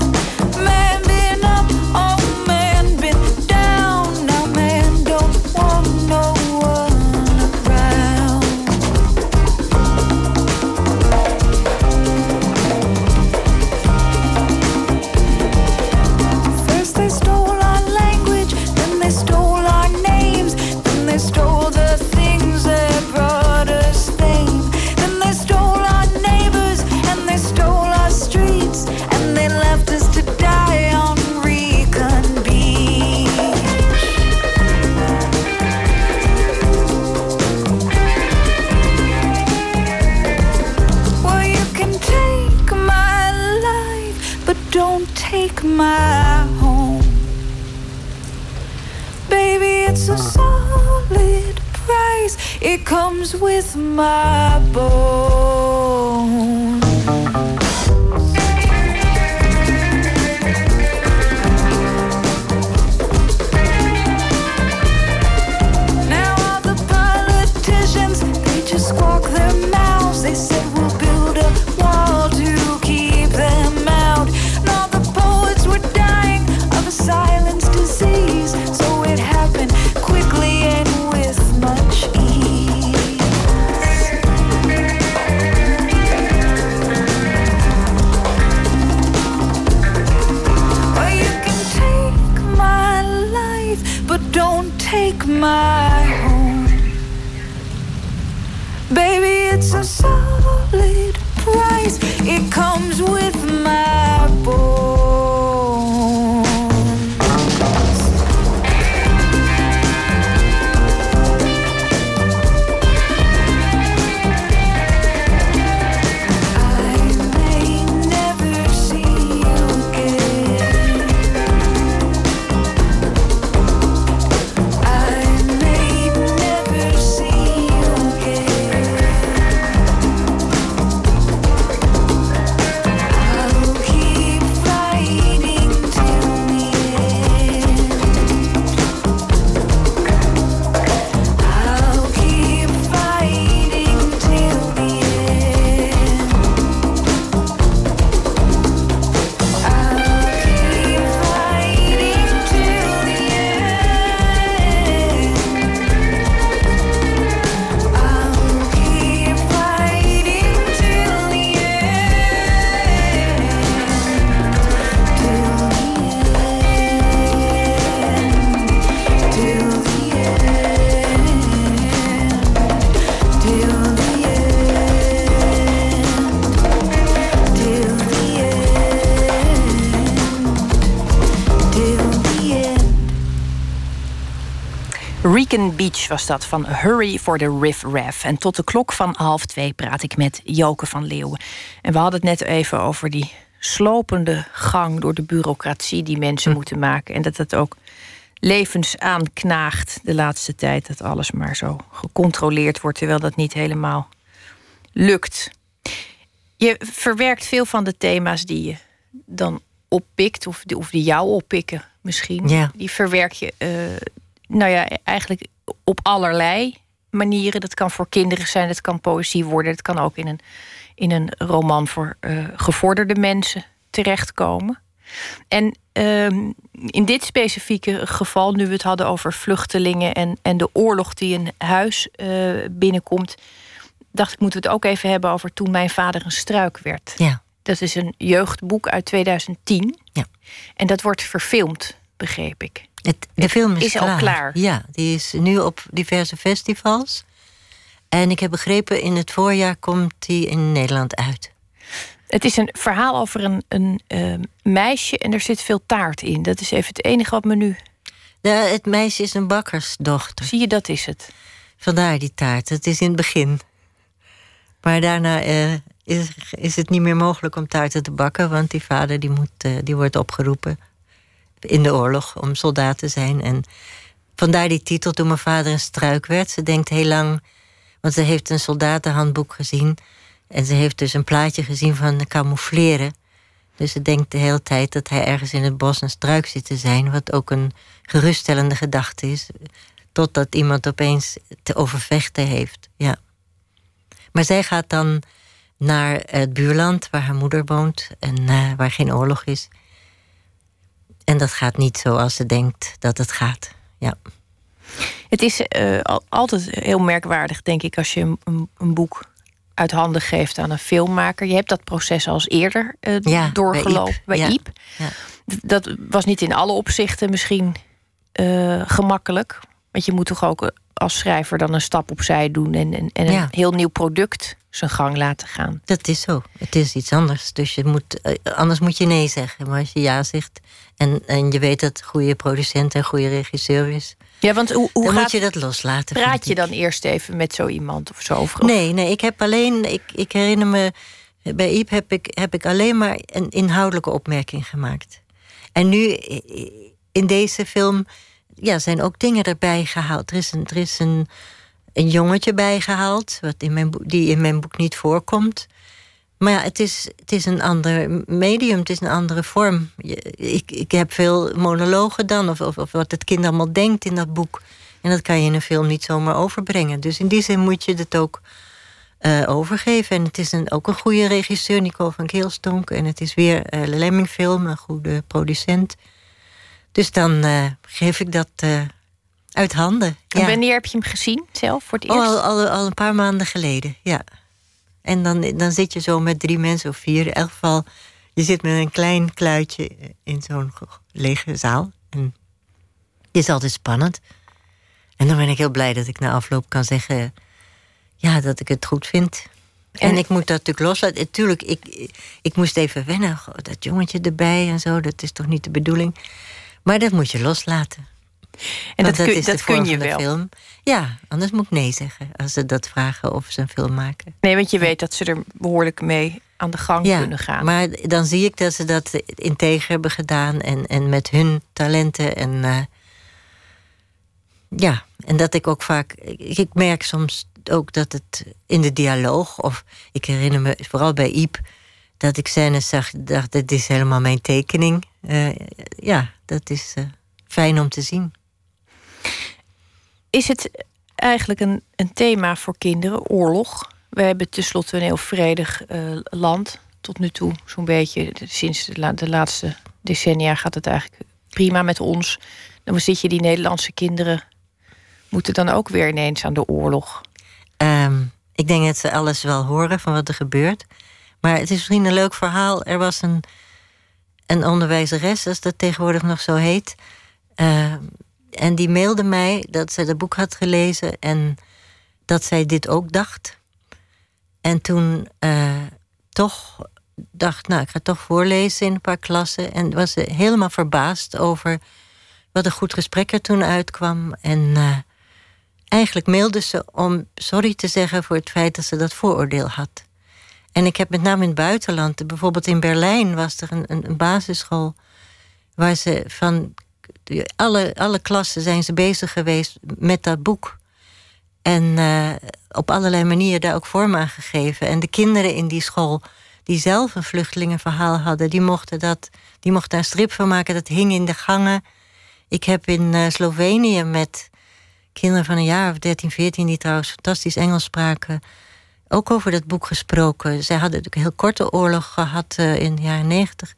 My home, baby, it's a solid price. It comes with my bones. Now all the politicians, they just squawk their mouths. They say we'll build a wall to keep them out. Silence disease, so it happened quickly and with much ease. Well, you can take my life, but don't take my home. Baby, it's a solid price. It comes with my bones. Rican Beach was dat, van Hurry for the Riff Raff. En tot de klok van 1:30 praat ik met Joke van Leeuwen. En we hadden het net even over die slopende gang door de bureaucratie die mensen moeten maken. En dat het ook levens aanknaagt de laatste tijd. Dat alles maar zo gecontroleerd wordt, terwijl dat niet helemaal lukt. Je verwerkt veel van de thema's die je dan oppikt, of die jou oppikken misschien. Ja. Die verwerk je eigenlijk op allerlei manieren. Dat kan voor kinderen zijn, dat kan poëzie worden, dat kan ook in een roman voor gevorderde mensen terechtkomen. En in dit specifieke geval, nu we het hadden over vluchtelingen en de oorlog die een huis binnenkomt, dacht ik, moeten we het ook even hebben over Toen mijn vader een struik werd. Ja. Dat is een jeugdboek uit 2010. Ja. En dat wordt verfilmd, begreep ik. De film is al klaar. Ja, die is nu op diverse festivals. En ik heb begrepen, in het voorjaar komt die in Nederland uit. Het is een verhaal over een meisje en er zit veel taart in. Dat is even het enige wat me nu... Het meisje is een bakkersdochter. Zie je, dat is het. Vandaar die taart. Het is in het begin. Maar daarna is het niet meer mogelijk om taarten te bakken, want die vader die wordt opgeroepen in de oorlog om soldaat te zijn. En vandaar die titel, Toen mijn vader een struik werd. Ze denkt heel lang, want ze heeft een soldatenhandboek gezien en ze heeft dus een plaatje gezien van camoufleren. Dus ze denkt de hele tijd dat hij ergens in het bos een struik zit te zijn, wat ook een geruststellende gedachte is, totdat iemand opeens te overvechten heeft. Ja. Maar zij gaat dan naar het buurland waar haar moeder woont en waar geen oorlog is. En dat gaat niet zoals ze denkt dat het gaat. Ja. Het is altijd heel merkwaardig, denk ik, als je een boek uit handen geeft aan een filmmaker. Je hebt dat proces al eens eerder doorgelopen bij Iep. Ja. Dat was niet in alle opzichten misschien gemakkelijk. Want je moet toch ook als schrijver dan een stap opzij doen en een heel nieuw product zijn gang laten gaan. Dat is zo. Het is iets anders. Dus anders moet je nee zeggen. Maar als je ja zegt en je weet dat een goede producent en goede regisseur is, ja, want hoe moet je dat loslaten. Praat je dan eerst even met zo iemand of zo over? Nee, ik heb alleen, ik herinner me, bij Iep heb ik alleen maar een inhoudelijke opmerking gemaakt. En nu in deze film zijn ook dingen erbij gehaald. Er is een jongetje bijgehaald, die in mijn boek niet voorkomt. Maar ja, het is een ander medium, het is een andere vorm. Ik heb veel monologen dan, of wat het kind allemaal denkt in dat boek. En dat kan je in een film niet zomaar overbrengen. Dus in die zin moet je het ook overgeven. En het is ook een goede regisseur, Nicole van Keelstonk. En het is weer Lemming Film, een goede producent. Dus dan geef ik dat uit handen. En wanneer heb je hem gezien zelf voor het eerst? Al een paar maanden geleden, ja. En dan zit je zo met 3 mensen of 4. In elk geval, je zit met een klein kluitje in zo'n lege zaal. En het is altijd spannend. En dan ben ik heel blij dat ik na afloop kan zeggen, dat ik het goed vind. En ik moet dat natuurlijk loslaten. Natuurlijk, ik moest even wennen. Dat jongetje erbij en zo, dat is toch niet de bedoeling. Maar dat moet je loslaten. En dat kun je wel. Film. Ja, anders moet ik nee zeggen als ze dat vragen of ze een film maken. Nee, want je weet dat ze er behoorlijk mee aan de gang kunnen gaan. Maar dan zie ik dat ze dat integer hebben gedaan en met hun talenten. En en dat ik ook vaak, ik merk soms ook dat het in de dialoog, of ik herinner me vooral bij Iep, dat ik scènes zag, dacht, dit is helemaal mijn tekening. Dat is fijn om te zien. Is het eigenlijk een thema voor kinderen, oorlog? We hebben tenslotte een heel vredig land tot nu toe, zo'n beetje. Sinds de laatste decennia gaat het eigenlijk prima met ons. Dan zit je, die Nederlandse kinderen moeten dan ook weer ineens aan de oorlog. Ik denk dat ze alles wel horen van wat er gebeurt. Maar het is misschien een leuk verhaal. Er was een onderwijzeres, als dat tegenwoordig nog zo heet. En die mailde mij dat ze het boek had gelezen en dat zij dit ook dacht. En toen toch dacht, ik ga toch voorlezen in een paar klassen. En was ze helemaal verbaasd over wat een goed gesprek er toen uitkwam. En eigenlijk mailde ze om sorry te zeggen voor het feit dat ze dat vooroordeel had. En ik heb met name in het buitenland, bijvoorbeeld in Berlijn was er een basisschool waar ze van alle klassen zijn ze bezig geweest met dat boek. En op allerlei manieren daar ook vorm aan gegeven. En de kinderen in die school die zelf een vluchtelingenverhaal hadden, die mochten daar een strip van maken. Dat hing in de gangen. Ik heb in Slovenië met kinderen van een jaar of 13, 14... die trouwens fantastisch Engels spraken, ook over dat boek gesproken. Zij hadden natuurlijk een heel korte oorlog gehad in de jaren 90.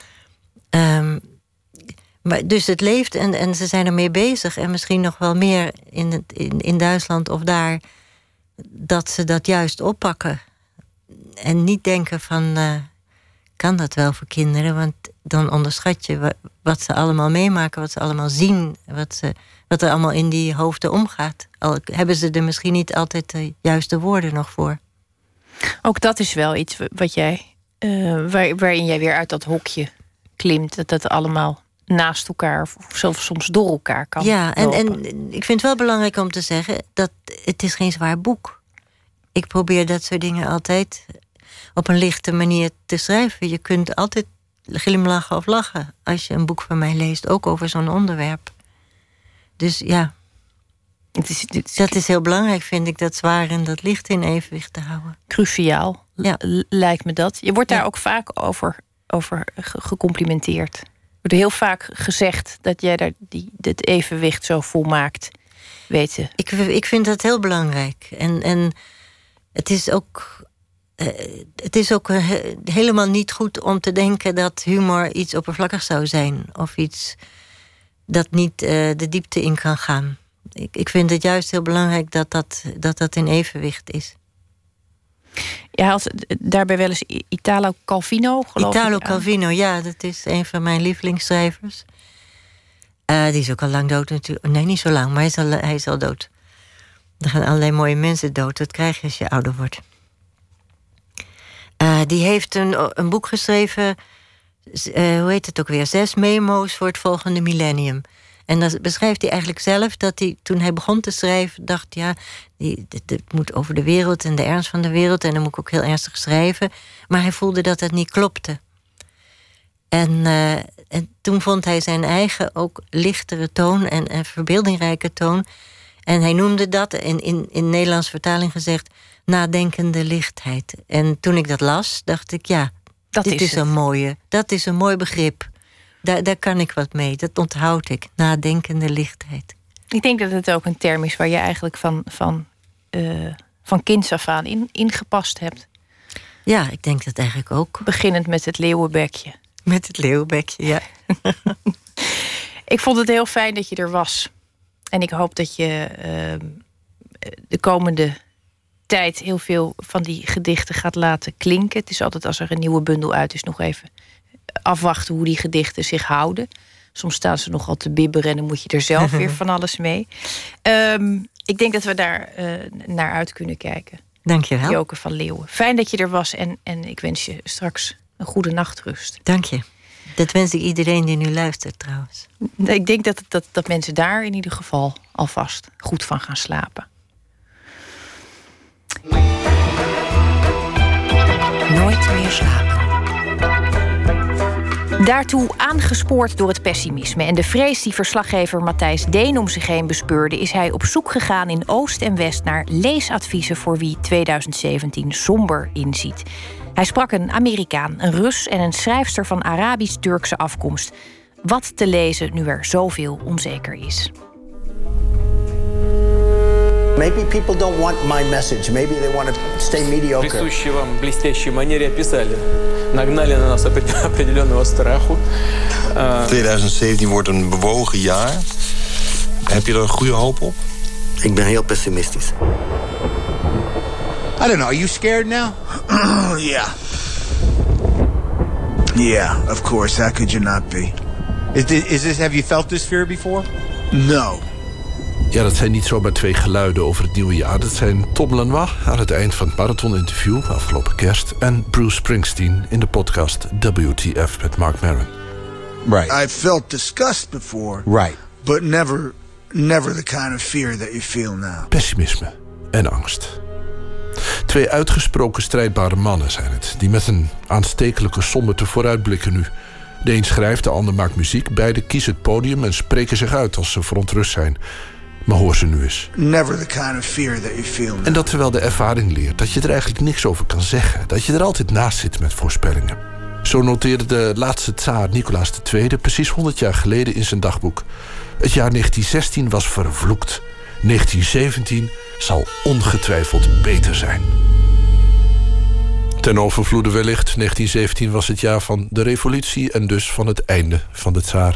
Maar dus het leeft en ze zijn ermee bezig. En misschien nog wel meer in Duitsland of daar, dat ze dat juist oppakken. En niet denken van, kan dat wel voor kinderen? Want dan onderschat je wat ze allemaal meemaken, wat ze allemaal zien, wat er allemaal in die hoofden omgaat. Al hebben ze er misschien niet altijd de juiste woorden nog voor. Ook dat is wel iets wat jij, waarin jij weer uit dat hokje klimt. Dat allemaal naast elkaar of zelfs soms door elkaar kan. Ja, en ik vind het wel belangrijk om te zeggen dat het is geen zwaar boek. Ik probeer dat soort dingen altijd op een lichte manier te schrijven. Je kunt altijd glimlachen of lachen als je een boek van mij leest, ook over zo'n onderwerp. Dus ja, dat is heel belangrijk, vind ik, dat zwaar en dat licht in evenwicht te houden. Cruciaal, ja. Lijkt me dat. Je wordt daar ook vaak over gecomplimenteerd. Er wordt heel vaak gezegd dat jij daar het evenwicht zo volmaakt weet je. Ik vind dat heel belangrijk. En het is ook helemaal niet goed om te denken dat humor iets oppervlakkig zou zijn. Of iets dat niet de diepte in kan gaan. Ik vind het juist heel belangrijk dat in evenwicht is. Je haalt daarbij wel eens Italo Calvino, geloof ik. Italo Calvino, ja, dat is een van mijn lievelingsschrijvers. Die is ook al lang dood natuurlijk. Nee, niet zo lang, maar hij is al dood. Er gaan allerlei mooie mensen dood. Dat krijg je als je ouder wordt. Die heeft een boek geschreven, hoe heet het ook weer? 6 memo's voor het volgende millennium. En dan beschrijft hij eigenlijk zelf dat hij, toen hij begon te schrijven, dacht, ja, het moet over de wereld en de ernst van de wereld, en dan moet ik ook heel ernstig schrijven. Maar hij voelde dat het niet klopte. En toen vond hij zijn eigen ook lichtere toon en verbeeldingrijke toon. En hij noemde dat, in Nederlands vertaling gezegd, nadenkende lichtheid. En toen ik dat las, dacht ik, ja, dat is een mooi begrip. Daar kan ik wat mee, dat onthoud ik. Nadenkende lichtheid. Ik denk dat het ook een term is waar je eigenlijk van kinds af aan ingepast hebt. Ja, ik denk dat eigenlijk ook. Beginnend met het leeuwenbekje. Met het leeuwenbekje, ja. Ik vond het heel fijn dat je er was. En ik hoop dat je de komende tijd heel veel van die gedichten gaat laten klinken. Het is altijd, als er een nieuwe bundel uit is, nog even afwachten hoe die gedichten zich houden. Soms staan ze nogal te bibberen en dan moet je er zelf weer van alles mee. Ik denk dat we daar naar uit kunnen kijken. Dank je wel. Joke van Leeuwen. Fijn dat je er was en ik wens je straks een goede nachtrust. Dank je. Dat wens ik iedereen die nu luistert trouwens. Ik denk dat mensen daar in ieder geval alvast goed van gaan slapen. Nooit meer slapen. Daartoe aangespoord door het pessimisme en de vrees die verslaggever Matthijs Deen om zich heen bespeurde, is hij op zoek gegaan in Oost en West naar leesadviezen voor wie 2017 somber inziet. Hij sprak een Amerikaan, een Rus en een schrijfster van Arabisch-Turkse afkomst. Wat te lezen nu er zoveel onzeker is. Maybe people don't want my message. Maybe they want to stay mediocre. Присущие вам блестящей манере описали. Нагнали на нас определенного страху. 2017 wordt een bewogen jaar. Heb je er goede hoop op? Ik ben heel pessimistisch. I don't know. Are you scared now? Yeah. Yeah, of course. How could you not be? Have you felt this fear before? No. Ja, dat zijn niet zomaar 2 geluiden over het nieuwe jaar. Dat zijn Tom Lanois aan het eind van het marathoninterview afgelopen kerst en Bruce Springsteen in de podcast WTF met Mark Maron. Right. I felt disgust before. Right. But never the kind of fear that you feel now. Pessimisme en angst. 2 uitgesproken strijdbare mannen zijn het, die met een aanstekelijke somberte vooruitblikken nu. De een schrijft, de ander maakt muziek. Beiden kiezen het podium en spreken zich uit als ze verontrust zijn. Maar hoor ze nu eens. Never the kind of fear that you feel now. En dat terwijl de ervaring leert dat je er eigenlijk niks over kan zeggen. Dat je er altijd naast zit met voorspellingen. Zo noteerde de laatste tsaar Nicolaas II precies 100 jaar geleden in zijn dagboek. Het jaar 1916 was vervloekt. 1917 zal ongetwijfeld beter zijn. Ten overvloede wellicht, 1917 was het jaar van de revolutie en dus van het einde van de tsaar.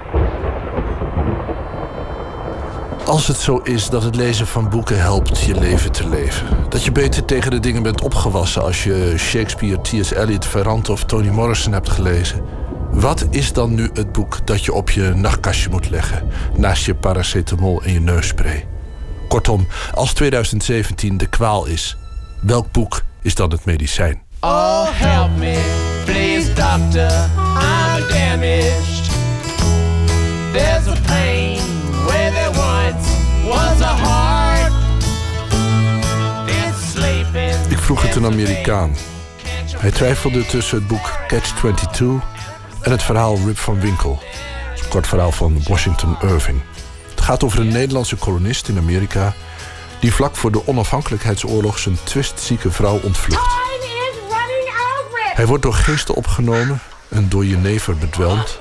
Als het zo is dat het lezen van boeken helpt je leven te leven. Dat je beter tegen de dingen bent opgewassen als je Shakespeare, T.S. Eliot, Ferrante of Toni Morrison hebt gelezen. Wat is dan nu het boek dat je op je nachtkastje moet leggen, naast je paracetamol en je neusspray? Kortom, als 2017 de kwaal is, welk boek is dan het medicijn? Oh, help me, please, doctor, I'm damaged. There's a pain where there once was a heart. It's sleeping. Ik vroeg het een Amerikaan. Hij twijfelde tussen het boek Catch-22 en het verhaal Rip van Winkle. Een kort verhaal van Washington Irving. Het gaat over een Nederlandse kolonist in Amerika die vlak voor de onafhankelijkheidsoorlog zijn twistzieke vrouw ontvlucht. Hij wordt door geesten opgenomen en door jenever bedwelmd.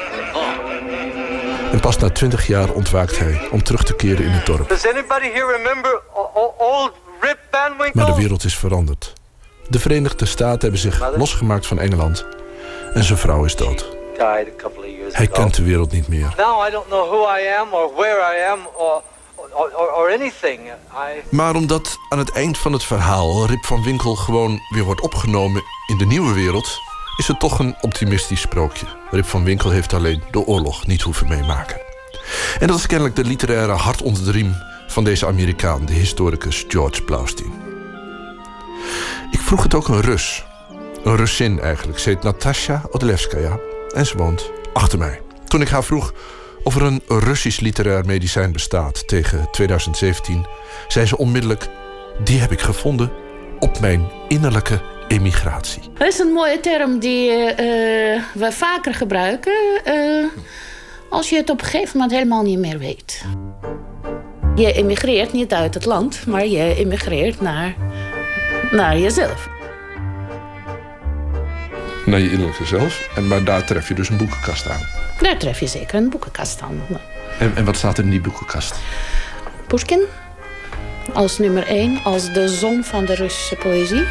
En pas na 20 jaar ontwaakt hij om terug te keren in het dorp. Does anybody here remember old Rip Van Winkle? Maar de wereld is veranderd. De Verenigde Staten hebben zich losgemaakt van Engeland en zijn vrouw is dood. Hij kent de wereld niet meer. Now I don't know who I am or where I am or anything. Maar omdat aan het eind van het verhaal Rip van Winkle gewoon weer wordt opgenomen in de nieuwe wereld, is het toch een optimistisch sprookje. Rip van Winkle heeft alleen de oorlog niet hoeven meemaken. En dat is kennelijk de literaire hart onder de riem van deze Amerikaan, de historicus George Blaustein. Ik vroeg het ook een Rus. Een Russin eigenlijk. Ze heet Natasja Odlevskaya en ze woont achter mij. Toen ik haar vroeg of er een Russisch literair medicijn bestaat tegen 2017, zei ze onmiddellijk: die heb ik gevonden op mijn innerlijke emigratie. Dat is een mooie term die we vaker gebruiken als je het op een gegeven moment helemaal niet meer weet. Je emigreert niet uit het land, maar je emigreert naar jezelf. Naar je innerlijke zelf. Maar daar tref je dus een boekenkast aan. Daar tref je zeker een boekenkast aan. En wat staat er in die boekenkast? Pushkin als nummer 1, als de zon van de Russische poëzie.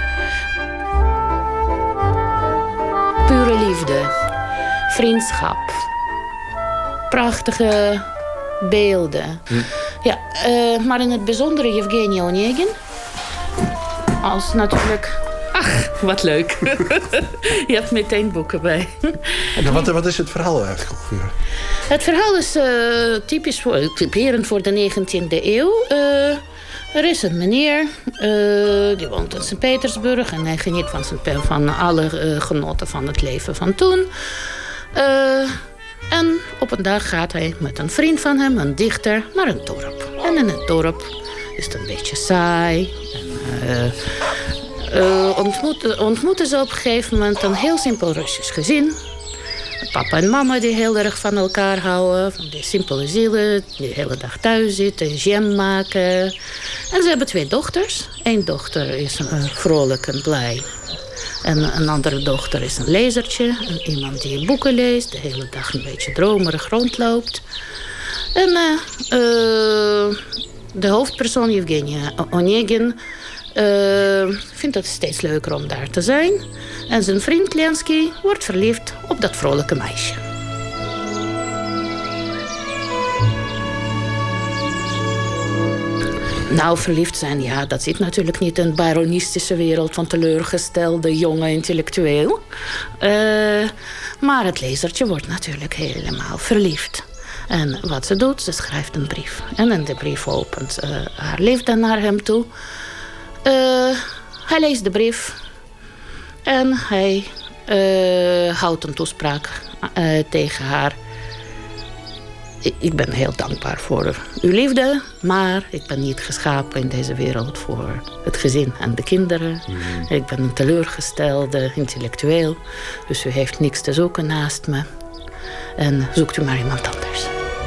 Pure liefde, vriendschap, prachtige beelden. Ja, maar in het bijzonder Yevgeny Onegin. Als natuurlijk... Ach, wat leuk. Je hebt meteen boeken bij. En wat is het verhaal eigenlijk ongeveer? Het verhaal is typerend voor de 19e eeuw. Er is een meneer, die woont in Sint-Petersburg en hij geniet van alle genoten van het leven van toen. En op een dag gaat hij met een vriend van hem, een dichter, naar een dorp. En in het dorp is het een beetje saai. Ontmoeten ze op een gegeven moment een heel simpel Russisch gezin. Papa en mama die heel erg van elkaar houden. Van die simpele zielen die de hele dag thuis zitten, jam maken. En ze hebben 2 dochters. Eén dochter is vrolijk en blij. En een andere dochter is een lezertje. Iemand die boeken leest, de hele dag een beetje dromerig rondloopt. En de hoofdpersoon, Yevgeny Onegin, vindt het steeds leuker om daar te zijn. En zijn vriend Lensky wordt verliefd op dat vrolijke meisje. Nou, verliefd zijn, ja, dat zit natuurlijk niet in de byronistische wereld van teleurgestelde jonge intellectueel. Maar het lezertje wordt natuurlijk helemaal verliefd. En wat ze doet, ze schrijft een brief. En in de brief opent haar liefde naar hem toe. Hij leest de brief. En hij houdt een toespraak tegen haar. Ik ben heel dankbaar voor uw liefde, maar ik ben niet geschapen in deze wereld voor het gezin en de kinderen. Ik ben een teleurgestelde intellectueel, dus u heeft niks te zoeken naast me. En zoekt u maar iemand anders.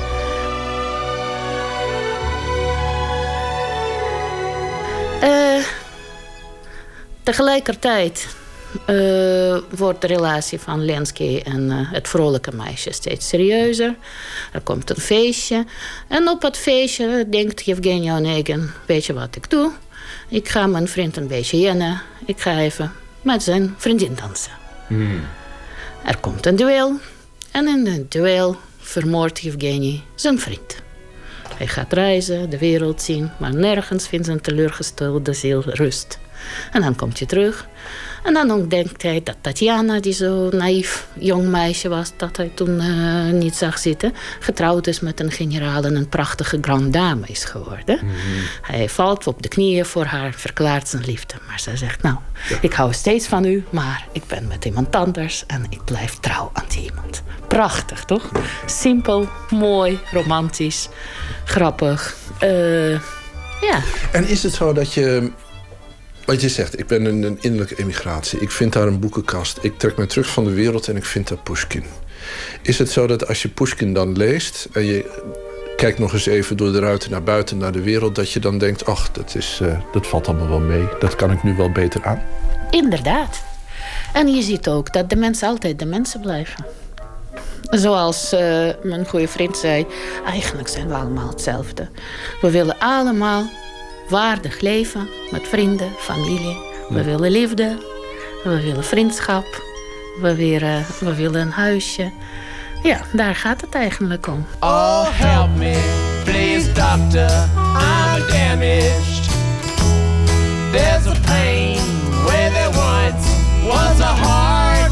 Tegelijkertijd wordt de relatie van Lenski en het vrolijke meisje steeds serieuzer. Er komt een feestje. En op het feestje denkt Yevgeny Onegin, weet je wat ik doe? Ik ga mijn vriend een beetje jennen. Ik ga even met zijn vriendin dansen. Er komt een duel. En in het duel vermoordt Yevgeny zijn vriend. Hij gaat reizen, de wereld zien, maar nergens vindt zijn teleurgestelde ziel rust. En dan komt hij terug. En dan ontdekt hij dat Tatjana, die zo naïef jong meisje was, dat hij toen niet zag zitten, getrouwd is met een generaal en een prachtige grande dame is geworden. Hij valt op de knieën voor haar, verklaart zijn liefde. Maar zij zegt, nou, ik hou steeds van u, maar ik ben met iemand anders en ik blijf trouw aan die iemand. Prachtig, toch? Simpel, mooi, romantisch, grappig. Ja. En is het zo dat je... Wat je zegt, ik ben in een innerlijke emigratie. Ik vind daar een boekenkast. Ik trek me terug van de wereld en ik vind daar Pushkin. Is het zo dat als je Pushkin dan leest en je kijkt nog eens even door de ruiten naar buiten, naar de wereld, dat je dan denkt, ach, dat valt allemaal wel mee. Dat kan ik nu wel beter aan? Inderdaad. En je ziet ook dat de mensen altijd de mensen blijven. Zoals mijn goede vriend zei, eigenlijk zijn we allemaal hetzelfde. We willen allemaal waardig leven met vrienden, familie. We willen liefde, we willen vriendschap, we willen een huisje. Ja, daar gaat het eigenlijk om. Oh, help me, please, doctor, I'm damaged. There's a pain where there once was a heart.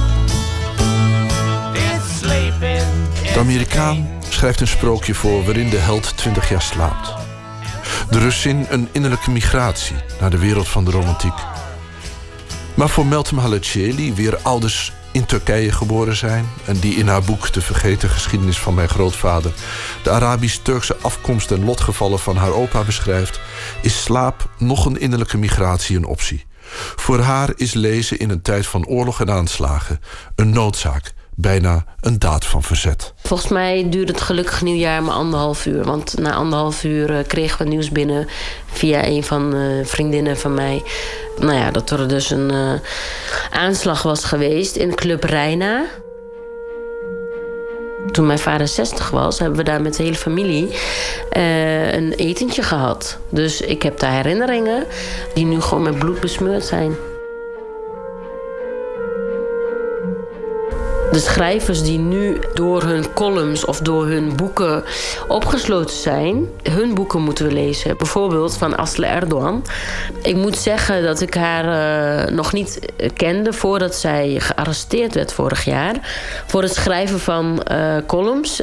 It's sleeping. De Amerikaan schrijft een sprookje voor waarin de held 20 jaar slaapt. De Russin een innerlijke migratie naar de wereld van de romantiek. Maar voor Meltem Haleceli, wier ouders in Turkije geboren zijn en die in haar boek De Vergeten Geschiedenis van Mijn Grootvader de Arabisch-Turkse afkomst en lotgevallen van haar opa beschrijft, is slaap nog een innerlijke migratie een optie. Voor haar is lezen in een tijd van oorlog en aanslagen een noodzaak. Bijna een daad van verzet. Volgens mij duurde het gelukkig nieuwjaar maar 1,5 uur. Want na 1,5 uur kregen we nieuws binnen via een van de vriendinnen van mij. Nou ja, dat er dus een aanslag was geweest in Club Reina. Toen mijn vader 60 was, hebben we daar met de hele familie een etentje gehad. Dus ik heb daar herinneringen die nu gewoon met bloed besmeurd zijn. De schrijvers die nu door hun columns of door hun boeken opgesloten zijn, hun boeken moeten we lezen. Bijvoorbeeld van Aslı Erdoğan. Ik moet zeggen dat ik haar nog niet kende voordat zij gearresteerd werd vorig jaar. Voor het schrijven van columns.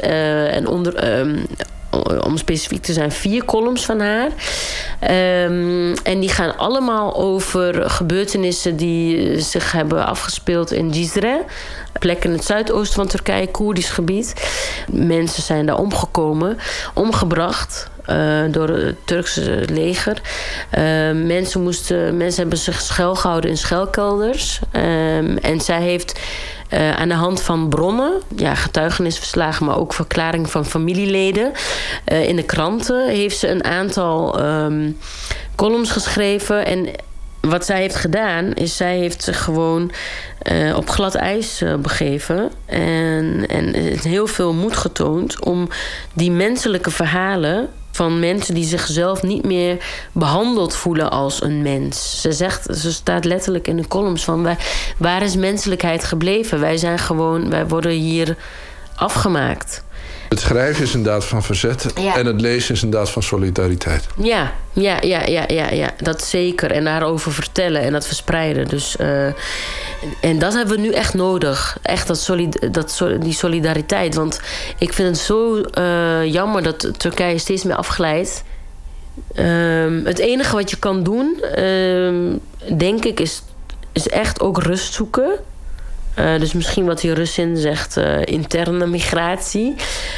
Om specifiek te zijn 4 columns van haar. En die gaan allemaal over gebeurtenissen die zich hebben afgespeeld in Cizre. Plek in het zuidoosten van Turkije, Koerdisch gebied. Mensen zijn daar omgebracht door het Turkse leger. Mensen hebben zich schuilgehouden in schuilkelders. En zij heeft aan de hand van bronnen, getuigenisverslagen, maar ook verklaring van familieleden in de kranten, heeft ze een aantal columns geschreven. En wat zij heeft gedaan, is zij heeft zich gewoon op glad ijs begeven. En heel veel moed getoond om die menselijke verhalen van mensen die zichzelf niet meer behandeld voelen als een mens. Ze staat letterlijk in de columns van waar is menselijkheid gebleven? Wij worden hier afgemaakt. Het schrijven is een daad van verzet en het lezen is een daad van solidariteit. Ja, dat zeker. En daarover vertellen en dat verspreiden. Dus, en dat hebben we nu echt nodig. Echt die solidariteit. Want ik vind het zo jammer dat Turkije steeds meer afglijdt. Het enige wat je kan doen, denk ik, is echt ook rust zoeken. Dus misschien wat die Russin zegt, interne migratie.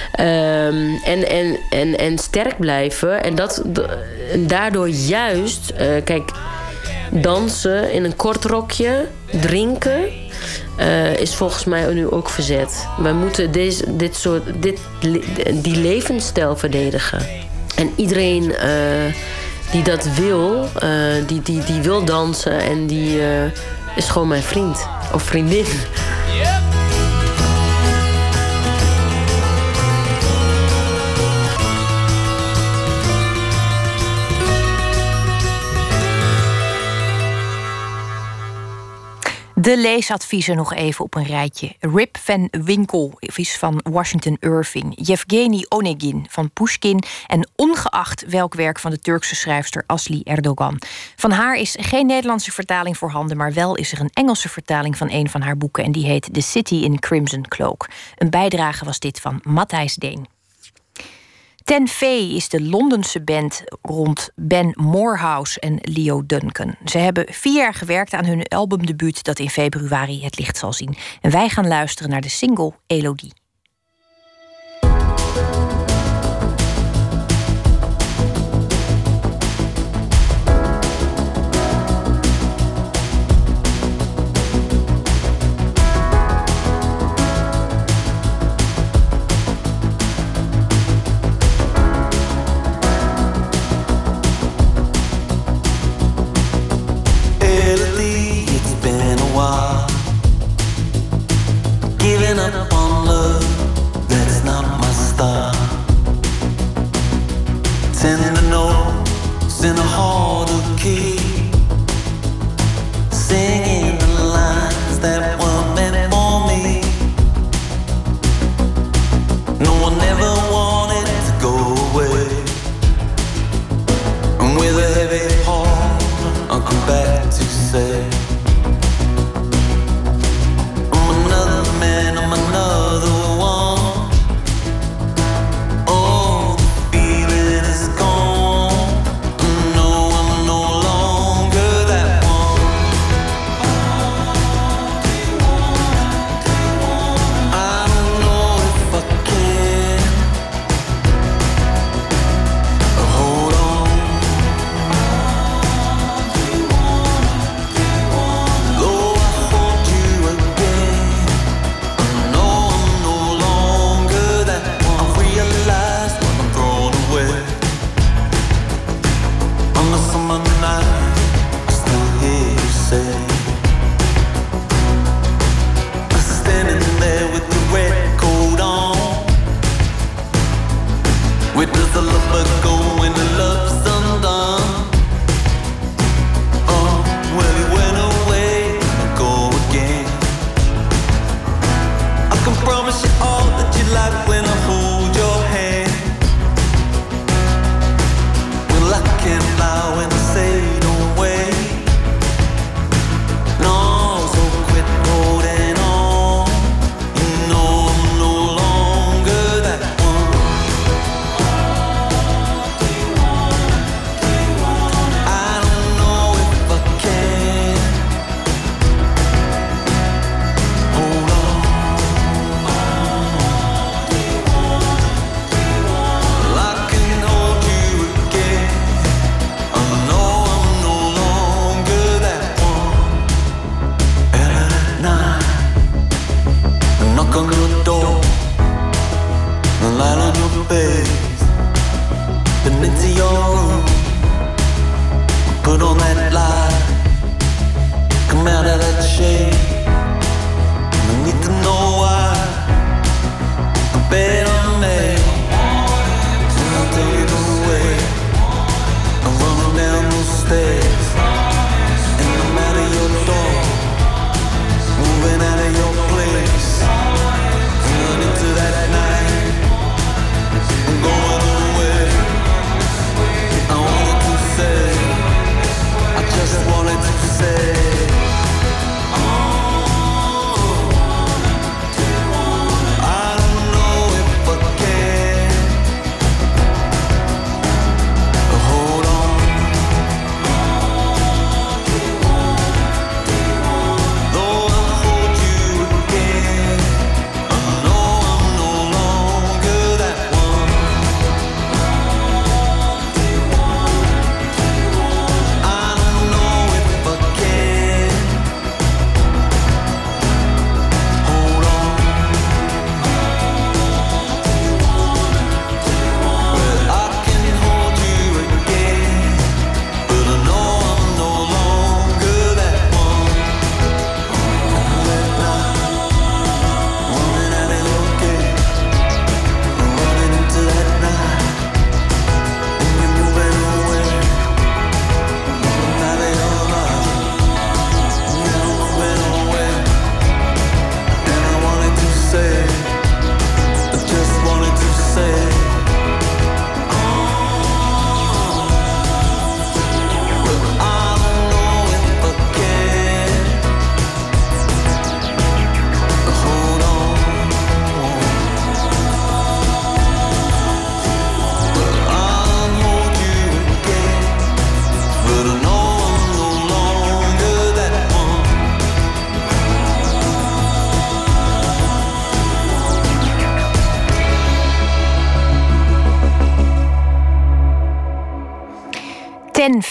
En sterk blijven. En daardoor juist, kijk, dansen in een kort rokje, drinken, is volgens mij nu ook verzet. Wij moeten die levensstijl verdedigen. En iedereen die dat wil, die wil dansen en die is gewoon mijn vriend of vriendin. De leesadviezen nog even op een rijtje. Rip van Winkle is van Washington Irving. Yevgeny Onegin van Pushkin. En ongeacht welk werk van de Turkse schrijfster Asli Erdogan. Van haar is geen Nederlandse vertaling voorhanden, maar wel is er een Engelse vertaling van een van haar boeken. En die heet The City in Crimson Cloak. Een bijdrage was dit van Matthijs Deen. Ten Fee is de Londense band rond Ben Morehouse en Leo Duncan. Ze hebben 4 jaar gewerkt aan hun albumdebuut dat in februari het licht zal zien. En wij gaan luisteren naar de single Elodie. Up on love, that's not my style. Tender notes in a harder key, singing the lines that were meant for me. No one ever wanted to go away, and with a heavy heart I'll come back to say I'm another one. Oh, the feeling is gone. No, I'm no longer that one. I don't know if I can hold on. Though I hold you again, summer night, I still hear you say, I'm standing there with the red coat on. Where does the lover go when the love's undone? Oh, well, he went away and go again. I can promise you all that you like when I hold your hand. Well, I can't lie when I say don't wait.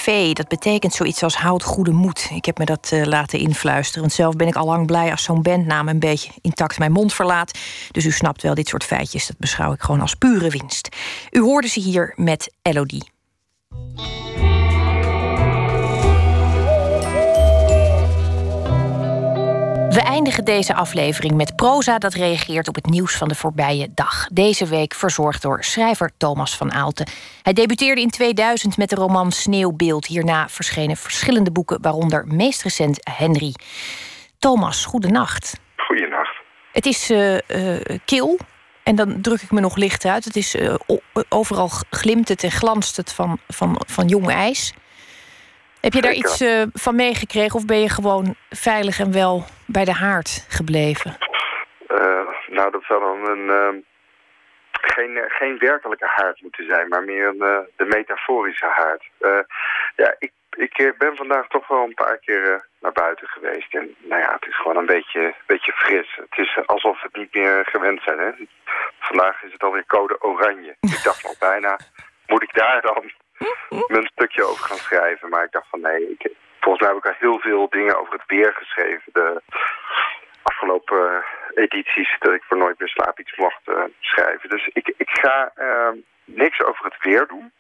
vee, dat betekent zoiets als houd goede moed. Ik heb me dat laten influisteren. Want zelf ben ik al lang blij als zo'n bandnaam een beetje intact mijn mond verlaat. Dus u snapt wel, dit soort feitjes, dat beschouw ik gewoon als pure winst. U hoorde ze hier met Elodie. We eindigen deze aflevering met proza dat reageert op het nieuws van de voorbije dag. Deze week verzorgd door schrijver Thomas van Aalten. Hij debuteerde in 2000 met de roman Sneeuwbeeld. Hierna verschenen verschillende boeken, waaronder meest recent Henry. Thomas, goedenacht. Goedenacht. Het is kil en dan druk ik me nog licht uit. Het is overal glimt het en glanst het van jong ijs. Heb je daar iets van meegekregen of ben je gewoon veilig en wel bij de haard gebleven? Nou, dat zou dan geen werkelijke haard moeten zijn, maar meer de metaforische haard. Ik ben vandaag toch wel een paar keer naar buiten geweest. En nou ja, het is gewoon een beetje fris. Het is alsof we het niet meer gewend zijn. Hè? Vandaag is het alweer code oranje. Ik dacht nog bijna, moet ik daar dan mijn stukje over gaan schrijven? Maar ik dacht van nee, volgens mij heb ik al heel veel dingen over het weer geschreven. De afgelopen edities dat ik voor Nooit meer slaap iets mocht schrijven. Dus ik ga niks over het weer doen.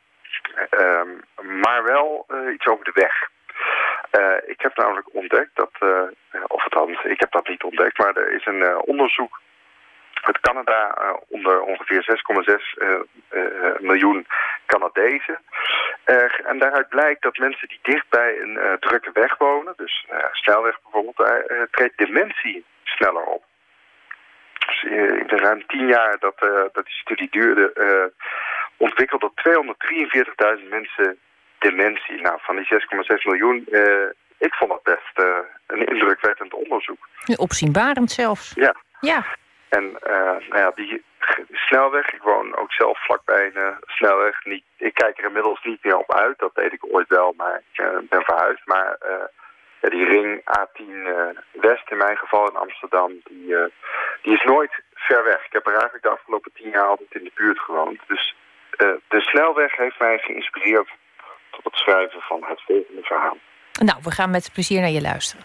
Maar wel iets over de weg. Ik heb namelijk ontdekt dat, of althans, ik heb dat niet ontdekt, maar er is een onderzoek uit Canada onder ongeveer 6,6 miljoen Canadezen. En daaruit blijkt dat mensen die dicht bij een drukke weg wonen, dus snelweg bijvoorbeeld, daar treedt dementie sneller op. Dus in de ruim 10 jaar dat die studie duurde, ontwikkelden 243.000 mensen dementie. Nou, van die 6,6 miljoen, ik vond dat best een indrukwekkend onderzoek. Opzienbarend zelfs. Ja. En die snelweg, ik woon ook zelf vlakbij een snelweg. Ik kijk er inmiddels niet meer op uit, dat deed ik ooit wel, maar ik ben verhuisd. Maar die ring A10 West in mijn geval in Amsterdam, die is nooit ver weg. Ik heb er eigenlijk de afgelopen 10 jaar altijd in de buurt gewoond. Dus de snelweg heeft mij geïnspireerd tot het schrijven van het volgende verhaal. Nou, we gaan met plezier naar je luisteren.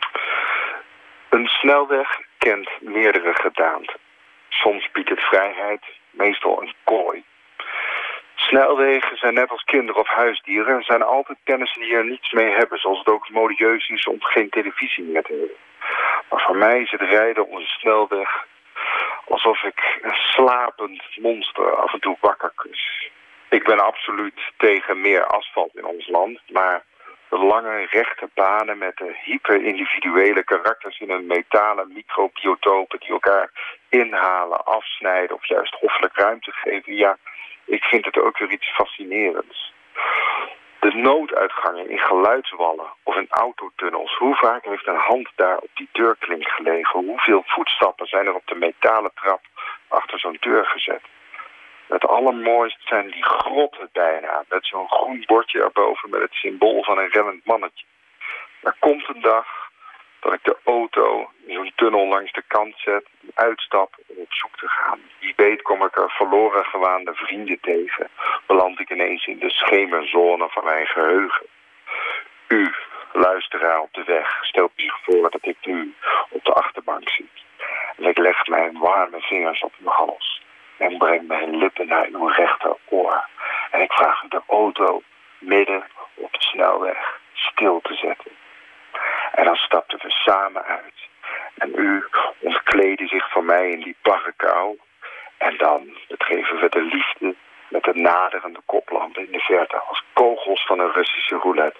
Een snelweg kent meerdere gedaanten. Soms biedt het vrijheid, meestal een kooi. Snelwegen zijn net als kinderen of huisdieren en zijn altijd kennissen die er niets mee hebben, zoals het ook modieus is om geen televisie meer te hebben. Maar voor mij is het rijden op een snelweg alsof ik een slapend monster af en toe wakker kus. Ik ben absoluut tegen meer asfalt in ons land, maar de lange rechte banen met de hyper-individuele karakters in een metalen microbiotopen die elkaar inhalen, afsnijden of juist hoffelijk ruimte geven, ja, ik vind het ook weer iets fascinerends. De nooduitgangen in geluidswallen of in autotunnels. Hoe vaak heeft een hand daar op die deurklink gelegen? Hoeveel voetstappen zijn er op de metalen trap achter zo'n deur gezet? Het allermooist zijn die grotten bijna, met zo'n groen bordje erboven met het symbool van een rennend mannetje. Er komt een dag dat ik de auto in zo'n tunnel langs de kant zet, uitstap om op zoek te gaan. Wie weet kom ik er verloren gewaande vrienden tegen. Beland ik ineens in de schemerzone van mijn geheugen. U, luisteraar op de weg, stelt zich voor dat ik nu op de achterbank zit. En ik leg mijn warme vingers op uw hals en breng mijn lippen naar uw rechteroor. En ik vraag u de auto midden op de snelweg stil te zetten. En dan stapten we samen uit. En u ontkleedde zich voor mij in die barre kou. En dan bedreven we de liefde met de naderende koplampen in de verte als kogels van een Russische roulette.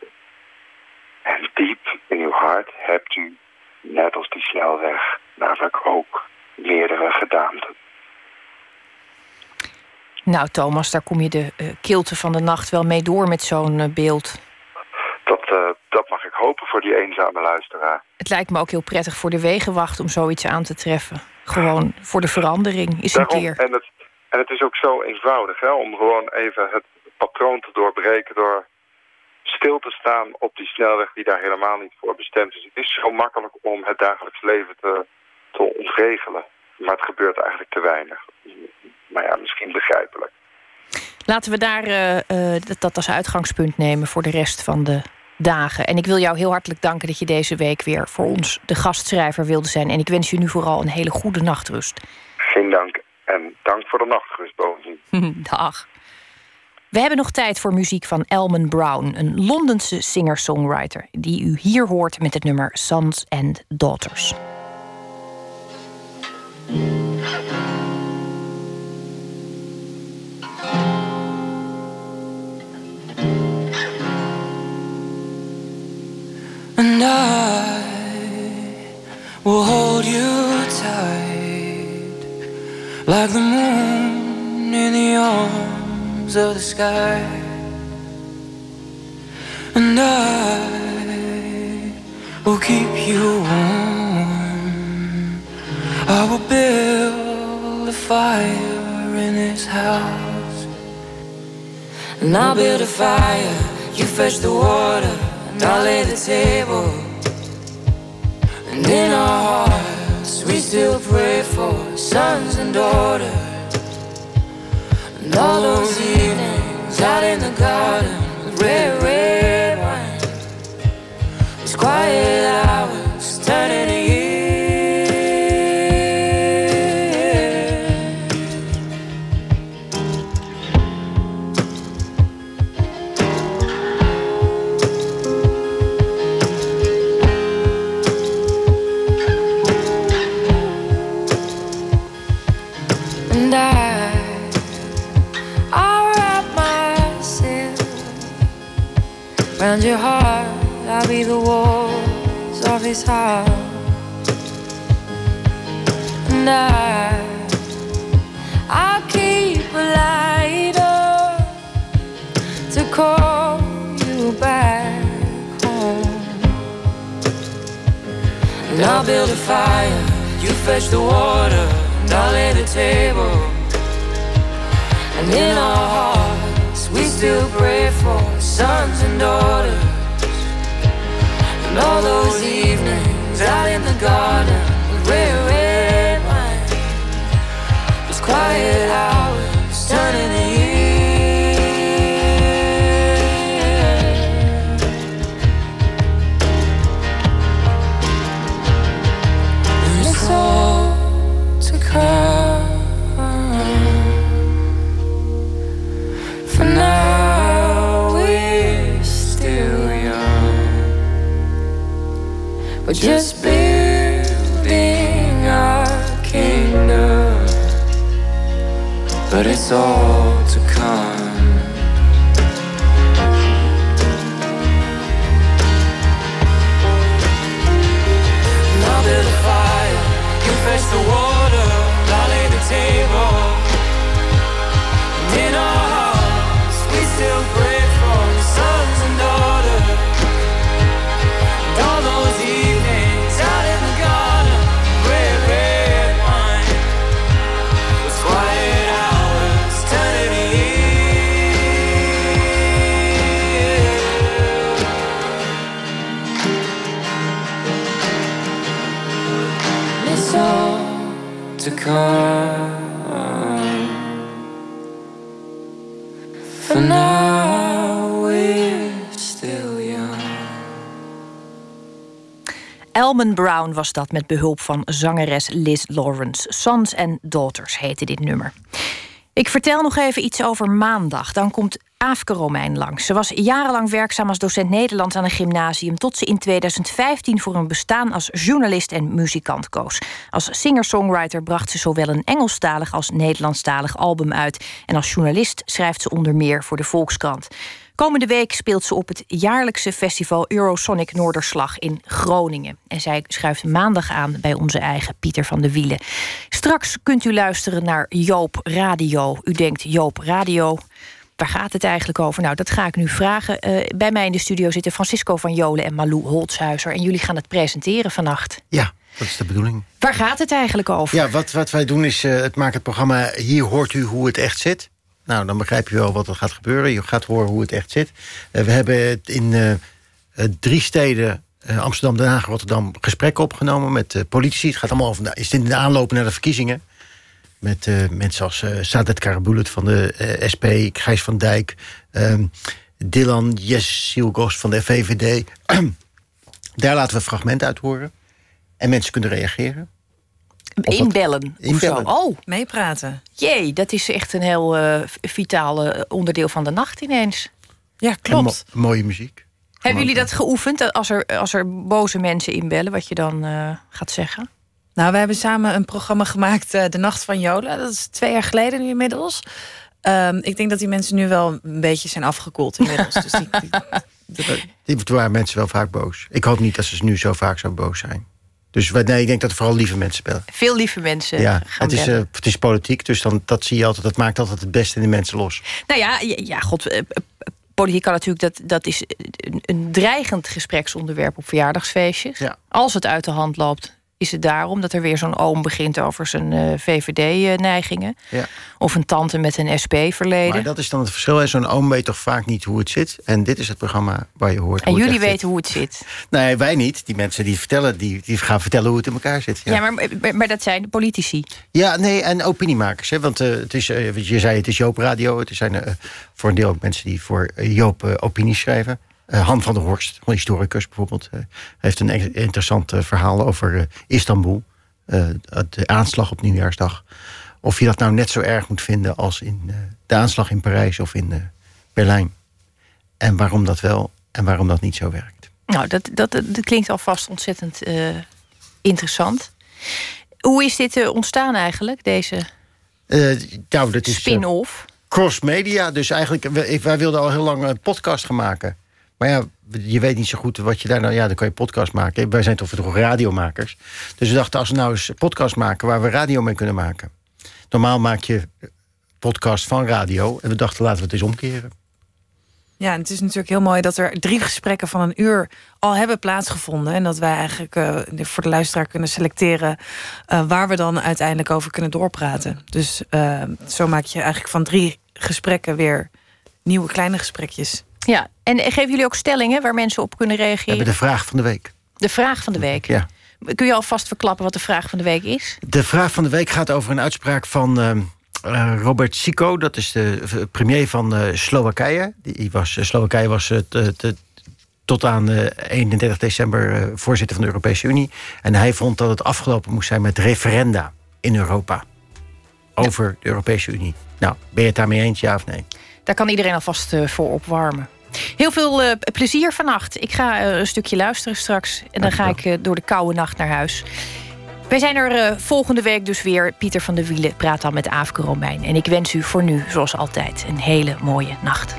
En diep in uw hart hebt u, net als die snelweg, namelijk ook meerdere gedaanten. Nou, Thomas, daar kom je de kilte van de nacht wel mee door met zo'n beeld. Dat mag ik hopen voor die eenzame luisteraar. Het lijkt me ook heel prettig voor de wegenwacht om zoiets aan te treffen. Gewoon voor de verandering is een keer. En het is ook zo eenvoudig, hè, om gewoon even het patroon te doorbreken door stil te staan op die snelweg die daar helemaal niet voor bestemd is. Het is zo makkelijk om het dagelijks leven te ontregelen. Maar het gebeurt eigenlijk te weinig. Maar ja, misschien begrijpelijk. Laten we daar dat als uitgangspunt nemen voor de rest van de dagen. En ik wil jou heel hartelijk danken dat je deze week weer voor ons de gastschrijver wilde zijn. En ik wens je nu vooral een hele goede nachtrust. Geen dank. En dank voor de nachtrust bovendien. Dag. We hebben nog tijd voor muziek van Elman Brown, een Londense singer-songwriter, die u hier hoort met het nummer Sons and Daughters. And I will hold you tight, like the moon in the arms of the sky. And I will keep you warm. I will build a fire in this house. And I'll build a fire, you fetch the water, and I'll lay the table. And in our hearts we still pray for sons and daughters. And all those evenings out in the garden with red, red wine, those quiet hours turning to years. And I'll wrap myself round your heart. I'll be the walls of his heart. And I'll keep a light up to call you back home. And I'll build a fire, you fetch the water, and I'll lay the table. And in our hearts we still pray for sons and daughters. And all those evenings out in the garden with red, red wine, those quiet hours turning to years. And it's all to come. For now we're still young, we're just building our kingdom, but it's all to come. And I'll build a fire, you fetch the water, and I'll lay the table. And in our hearts we still pray for sons and daughters. And all those evenings out in the garden, red, red wine, those quiet hours turning to years. And it's all to come. For now we're still young. Elman Brown was dat met behulp van zangeres Liz Lawrence. Sons and Daughters heette dit nummer. Ik vertel nog even iets over maandag. Dan komt Aafke Romein langs. Ze was jarenlang werkzaam als docent Nederlands aan een gymnasium, tot ze in 2015 voor een bestaan als journalist en muzikant koos. Als singer-songwriter bracht ze zowel een Engelstalig als Nederlandstalig album uit. En als journalist schrijft ze onder meer voor de Volkskrant. Komende week speelt ze op het jaarlijkse festival Eurosonic Noorderslag in Groningen. En zij schuift maandag aan bij onze eigen Pieter van de Wielen. Straks kunt u luisteren naar Joop Radio. U denkt, Joop Radio, waar gaat het eigenlijk over? Nou, dat ga ik nu vragen. Bij mij in de studio zitten Francisco van Jolen en Malou Holtshuizer. En jullie gaan het presenteren vannacht. Ja, dat is de bedoeling. Waar gaat het eigenlijk over? Ja, wat wij doen is het maken het programma Hier hoort u hoe het echt zit. Nou, dan begrijp je wel wat er gaat gebeuren. Je gaat horen hoe het echt zit. We hebben het in 3 steden, Amsterdam, Den Haag, Rotterdam, gesprekken opgenomen met politie. Het gaat allemaal over, is dit in de aanloop naar de verkiezingen? Met mensen als Sadet Karabulut van de SP, Gijs van Dijk, Dylan Yesilgos van de VVD. Daar laten we fragmenten uit horen. En mensen kunnen reageren. Inbellen. Oh, meepraten. Jee, dat is echt een heel vitale onderdeel van de nacht ineens. Ja, klopt. Mooie muziek. Hebben jullie dat geoefend? Als er boze mensen inbellen, wat je dan gaat zeggen? Nou, we hebben samen een programma gemaakt, De Nacht van Jola. Dat is 2 jaar geleden nu inmiddels. Ik denk dat die mensen nu wel een beetje zijn afgekoeld inmiddels. Dus die waren mensen wel vaak boos. Ik hoop niet dat ze nu zo vaak zo boos zijn. Dus nee, ik denk dat er vooral lieve mensen bellen. Veel lieve mensen gaan bellen. Het is politiek, dus dat zie je altijd. Dat maakt altijd het beste in de mensen los. Nou ja, god... Politiek kan natuurlijk, dat is een dreigend gespreksonderwerp op verjaardagsfeestjes. Ja. Als het uit de hand loopt, is het daarom dat er weer zo'n oom begint over zijn VVD-neigingen. Ja. Of een tante met een SP-verleden. Maar dat is dan het verschil. Zo'n oom weet toch vaak niet hoe het zit. En dit is het programma waar je hoort. En jullie weten hoe het zit. Nee, wij niet. Die mensen die vertellen, die gaan vertellen hoe het in elkaar zit. Ja, maar dat zijn de politici. Ja, nee, en opiniemakers. Hè, want het is, je zei het is Joop Radio. Het zijn voor een deel ook mensen die voor Joop opinies schrijven. Han van der Horst, een historicus bijvoorbeeld, heeft een interessant verhaal over Istanbul. De aanslag op Nieuwjaarsdag. Of je dat nou net zo erg moet vinden als in de aanslag in Parijs of in Berlijn. En waarom dat wel en waarom dat niet zo werkt. Nou, dat klinkt alvast ontzettend interessant. Hoe is dit ontstaan eigenlijk, deze dat is spin-off? Crossmedia, dus eigenlijk, wij wilden al heel lang een podcast gaan maken. Maar ja, je weet niet zo goed wat je daar nou... Ja, dan kan je podcast maken. Wij zijn toch radiomakers. Dus we dachten, als we nou eens een podcast maken waar we radio mee kunnen maken. Normaal maak je podcast van radio. En we dachten, laten we het eens omkeren. Ja, en het is natuurlijk heel mooi dat er 3 gesprekken van 1 uur al hebben plaatsgevonden. En dat wij eigenlijk voor de luisteraar kunnen selecteren waar we dan uiteindelijk over kunnen doorpraten. Dus zo maak je eigenlijk van 3 gesprekken weer nieuwe kleine gesprekjes. Ja, en geven jullie ook stellingen waar mensen op kunnen reageren? We hebben de vraag van de week. De vraag van de week? Ja. Kun je alvast verklappen wat de vraag van de week is? De vraag van de week gaat over een uitspraak van Robert Fico. Dat is de premier van Slowakije. Slowakije was tot aan 31 december voorzitter van de Europese Unie. En hij vond dat het afgelopen moest zijn met referenda in Europa. Over de Europese Unie. Nou, ben je het daarmee eens, ja of nee? Daar kan iedereen alvast voor opwarmen. Heel veel plezier vannacht. Ik ga een stukje luisteren straks. En dan ga ik door de koude nacht naar huis. Wij zijn er volgende week dus weer. Pieter van der Wielen praat dan met Aafke Romein. En ik wens u voor nu, zoals altijd, een hele mooie nacht.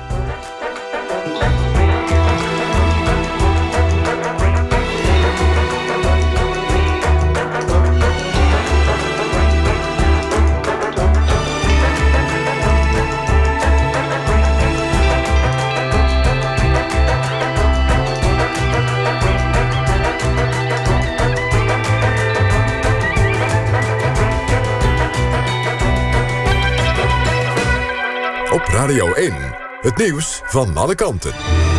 Op Radio 1, het nieuws van alle kanten.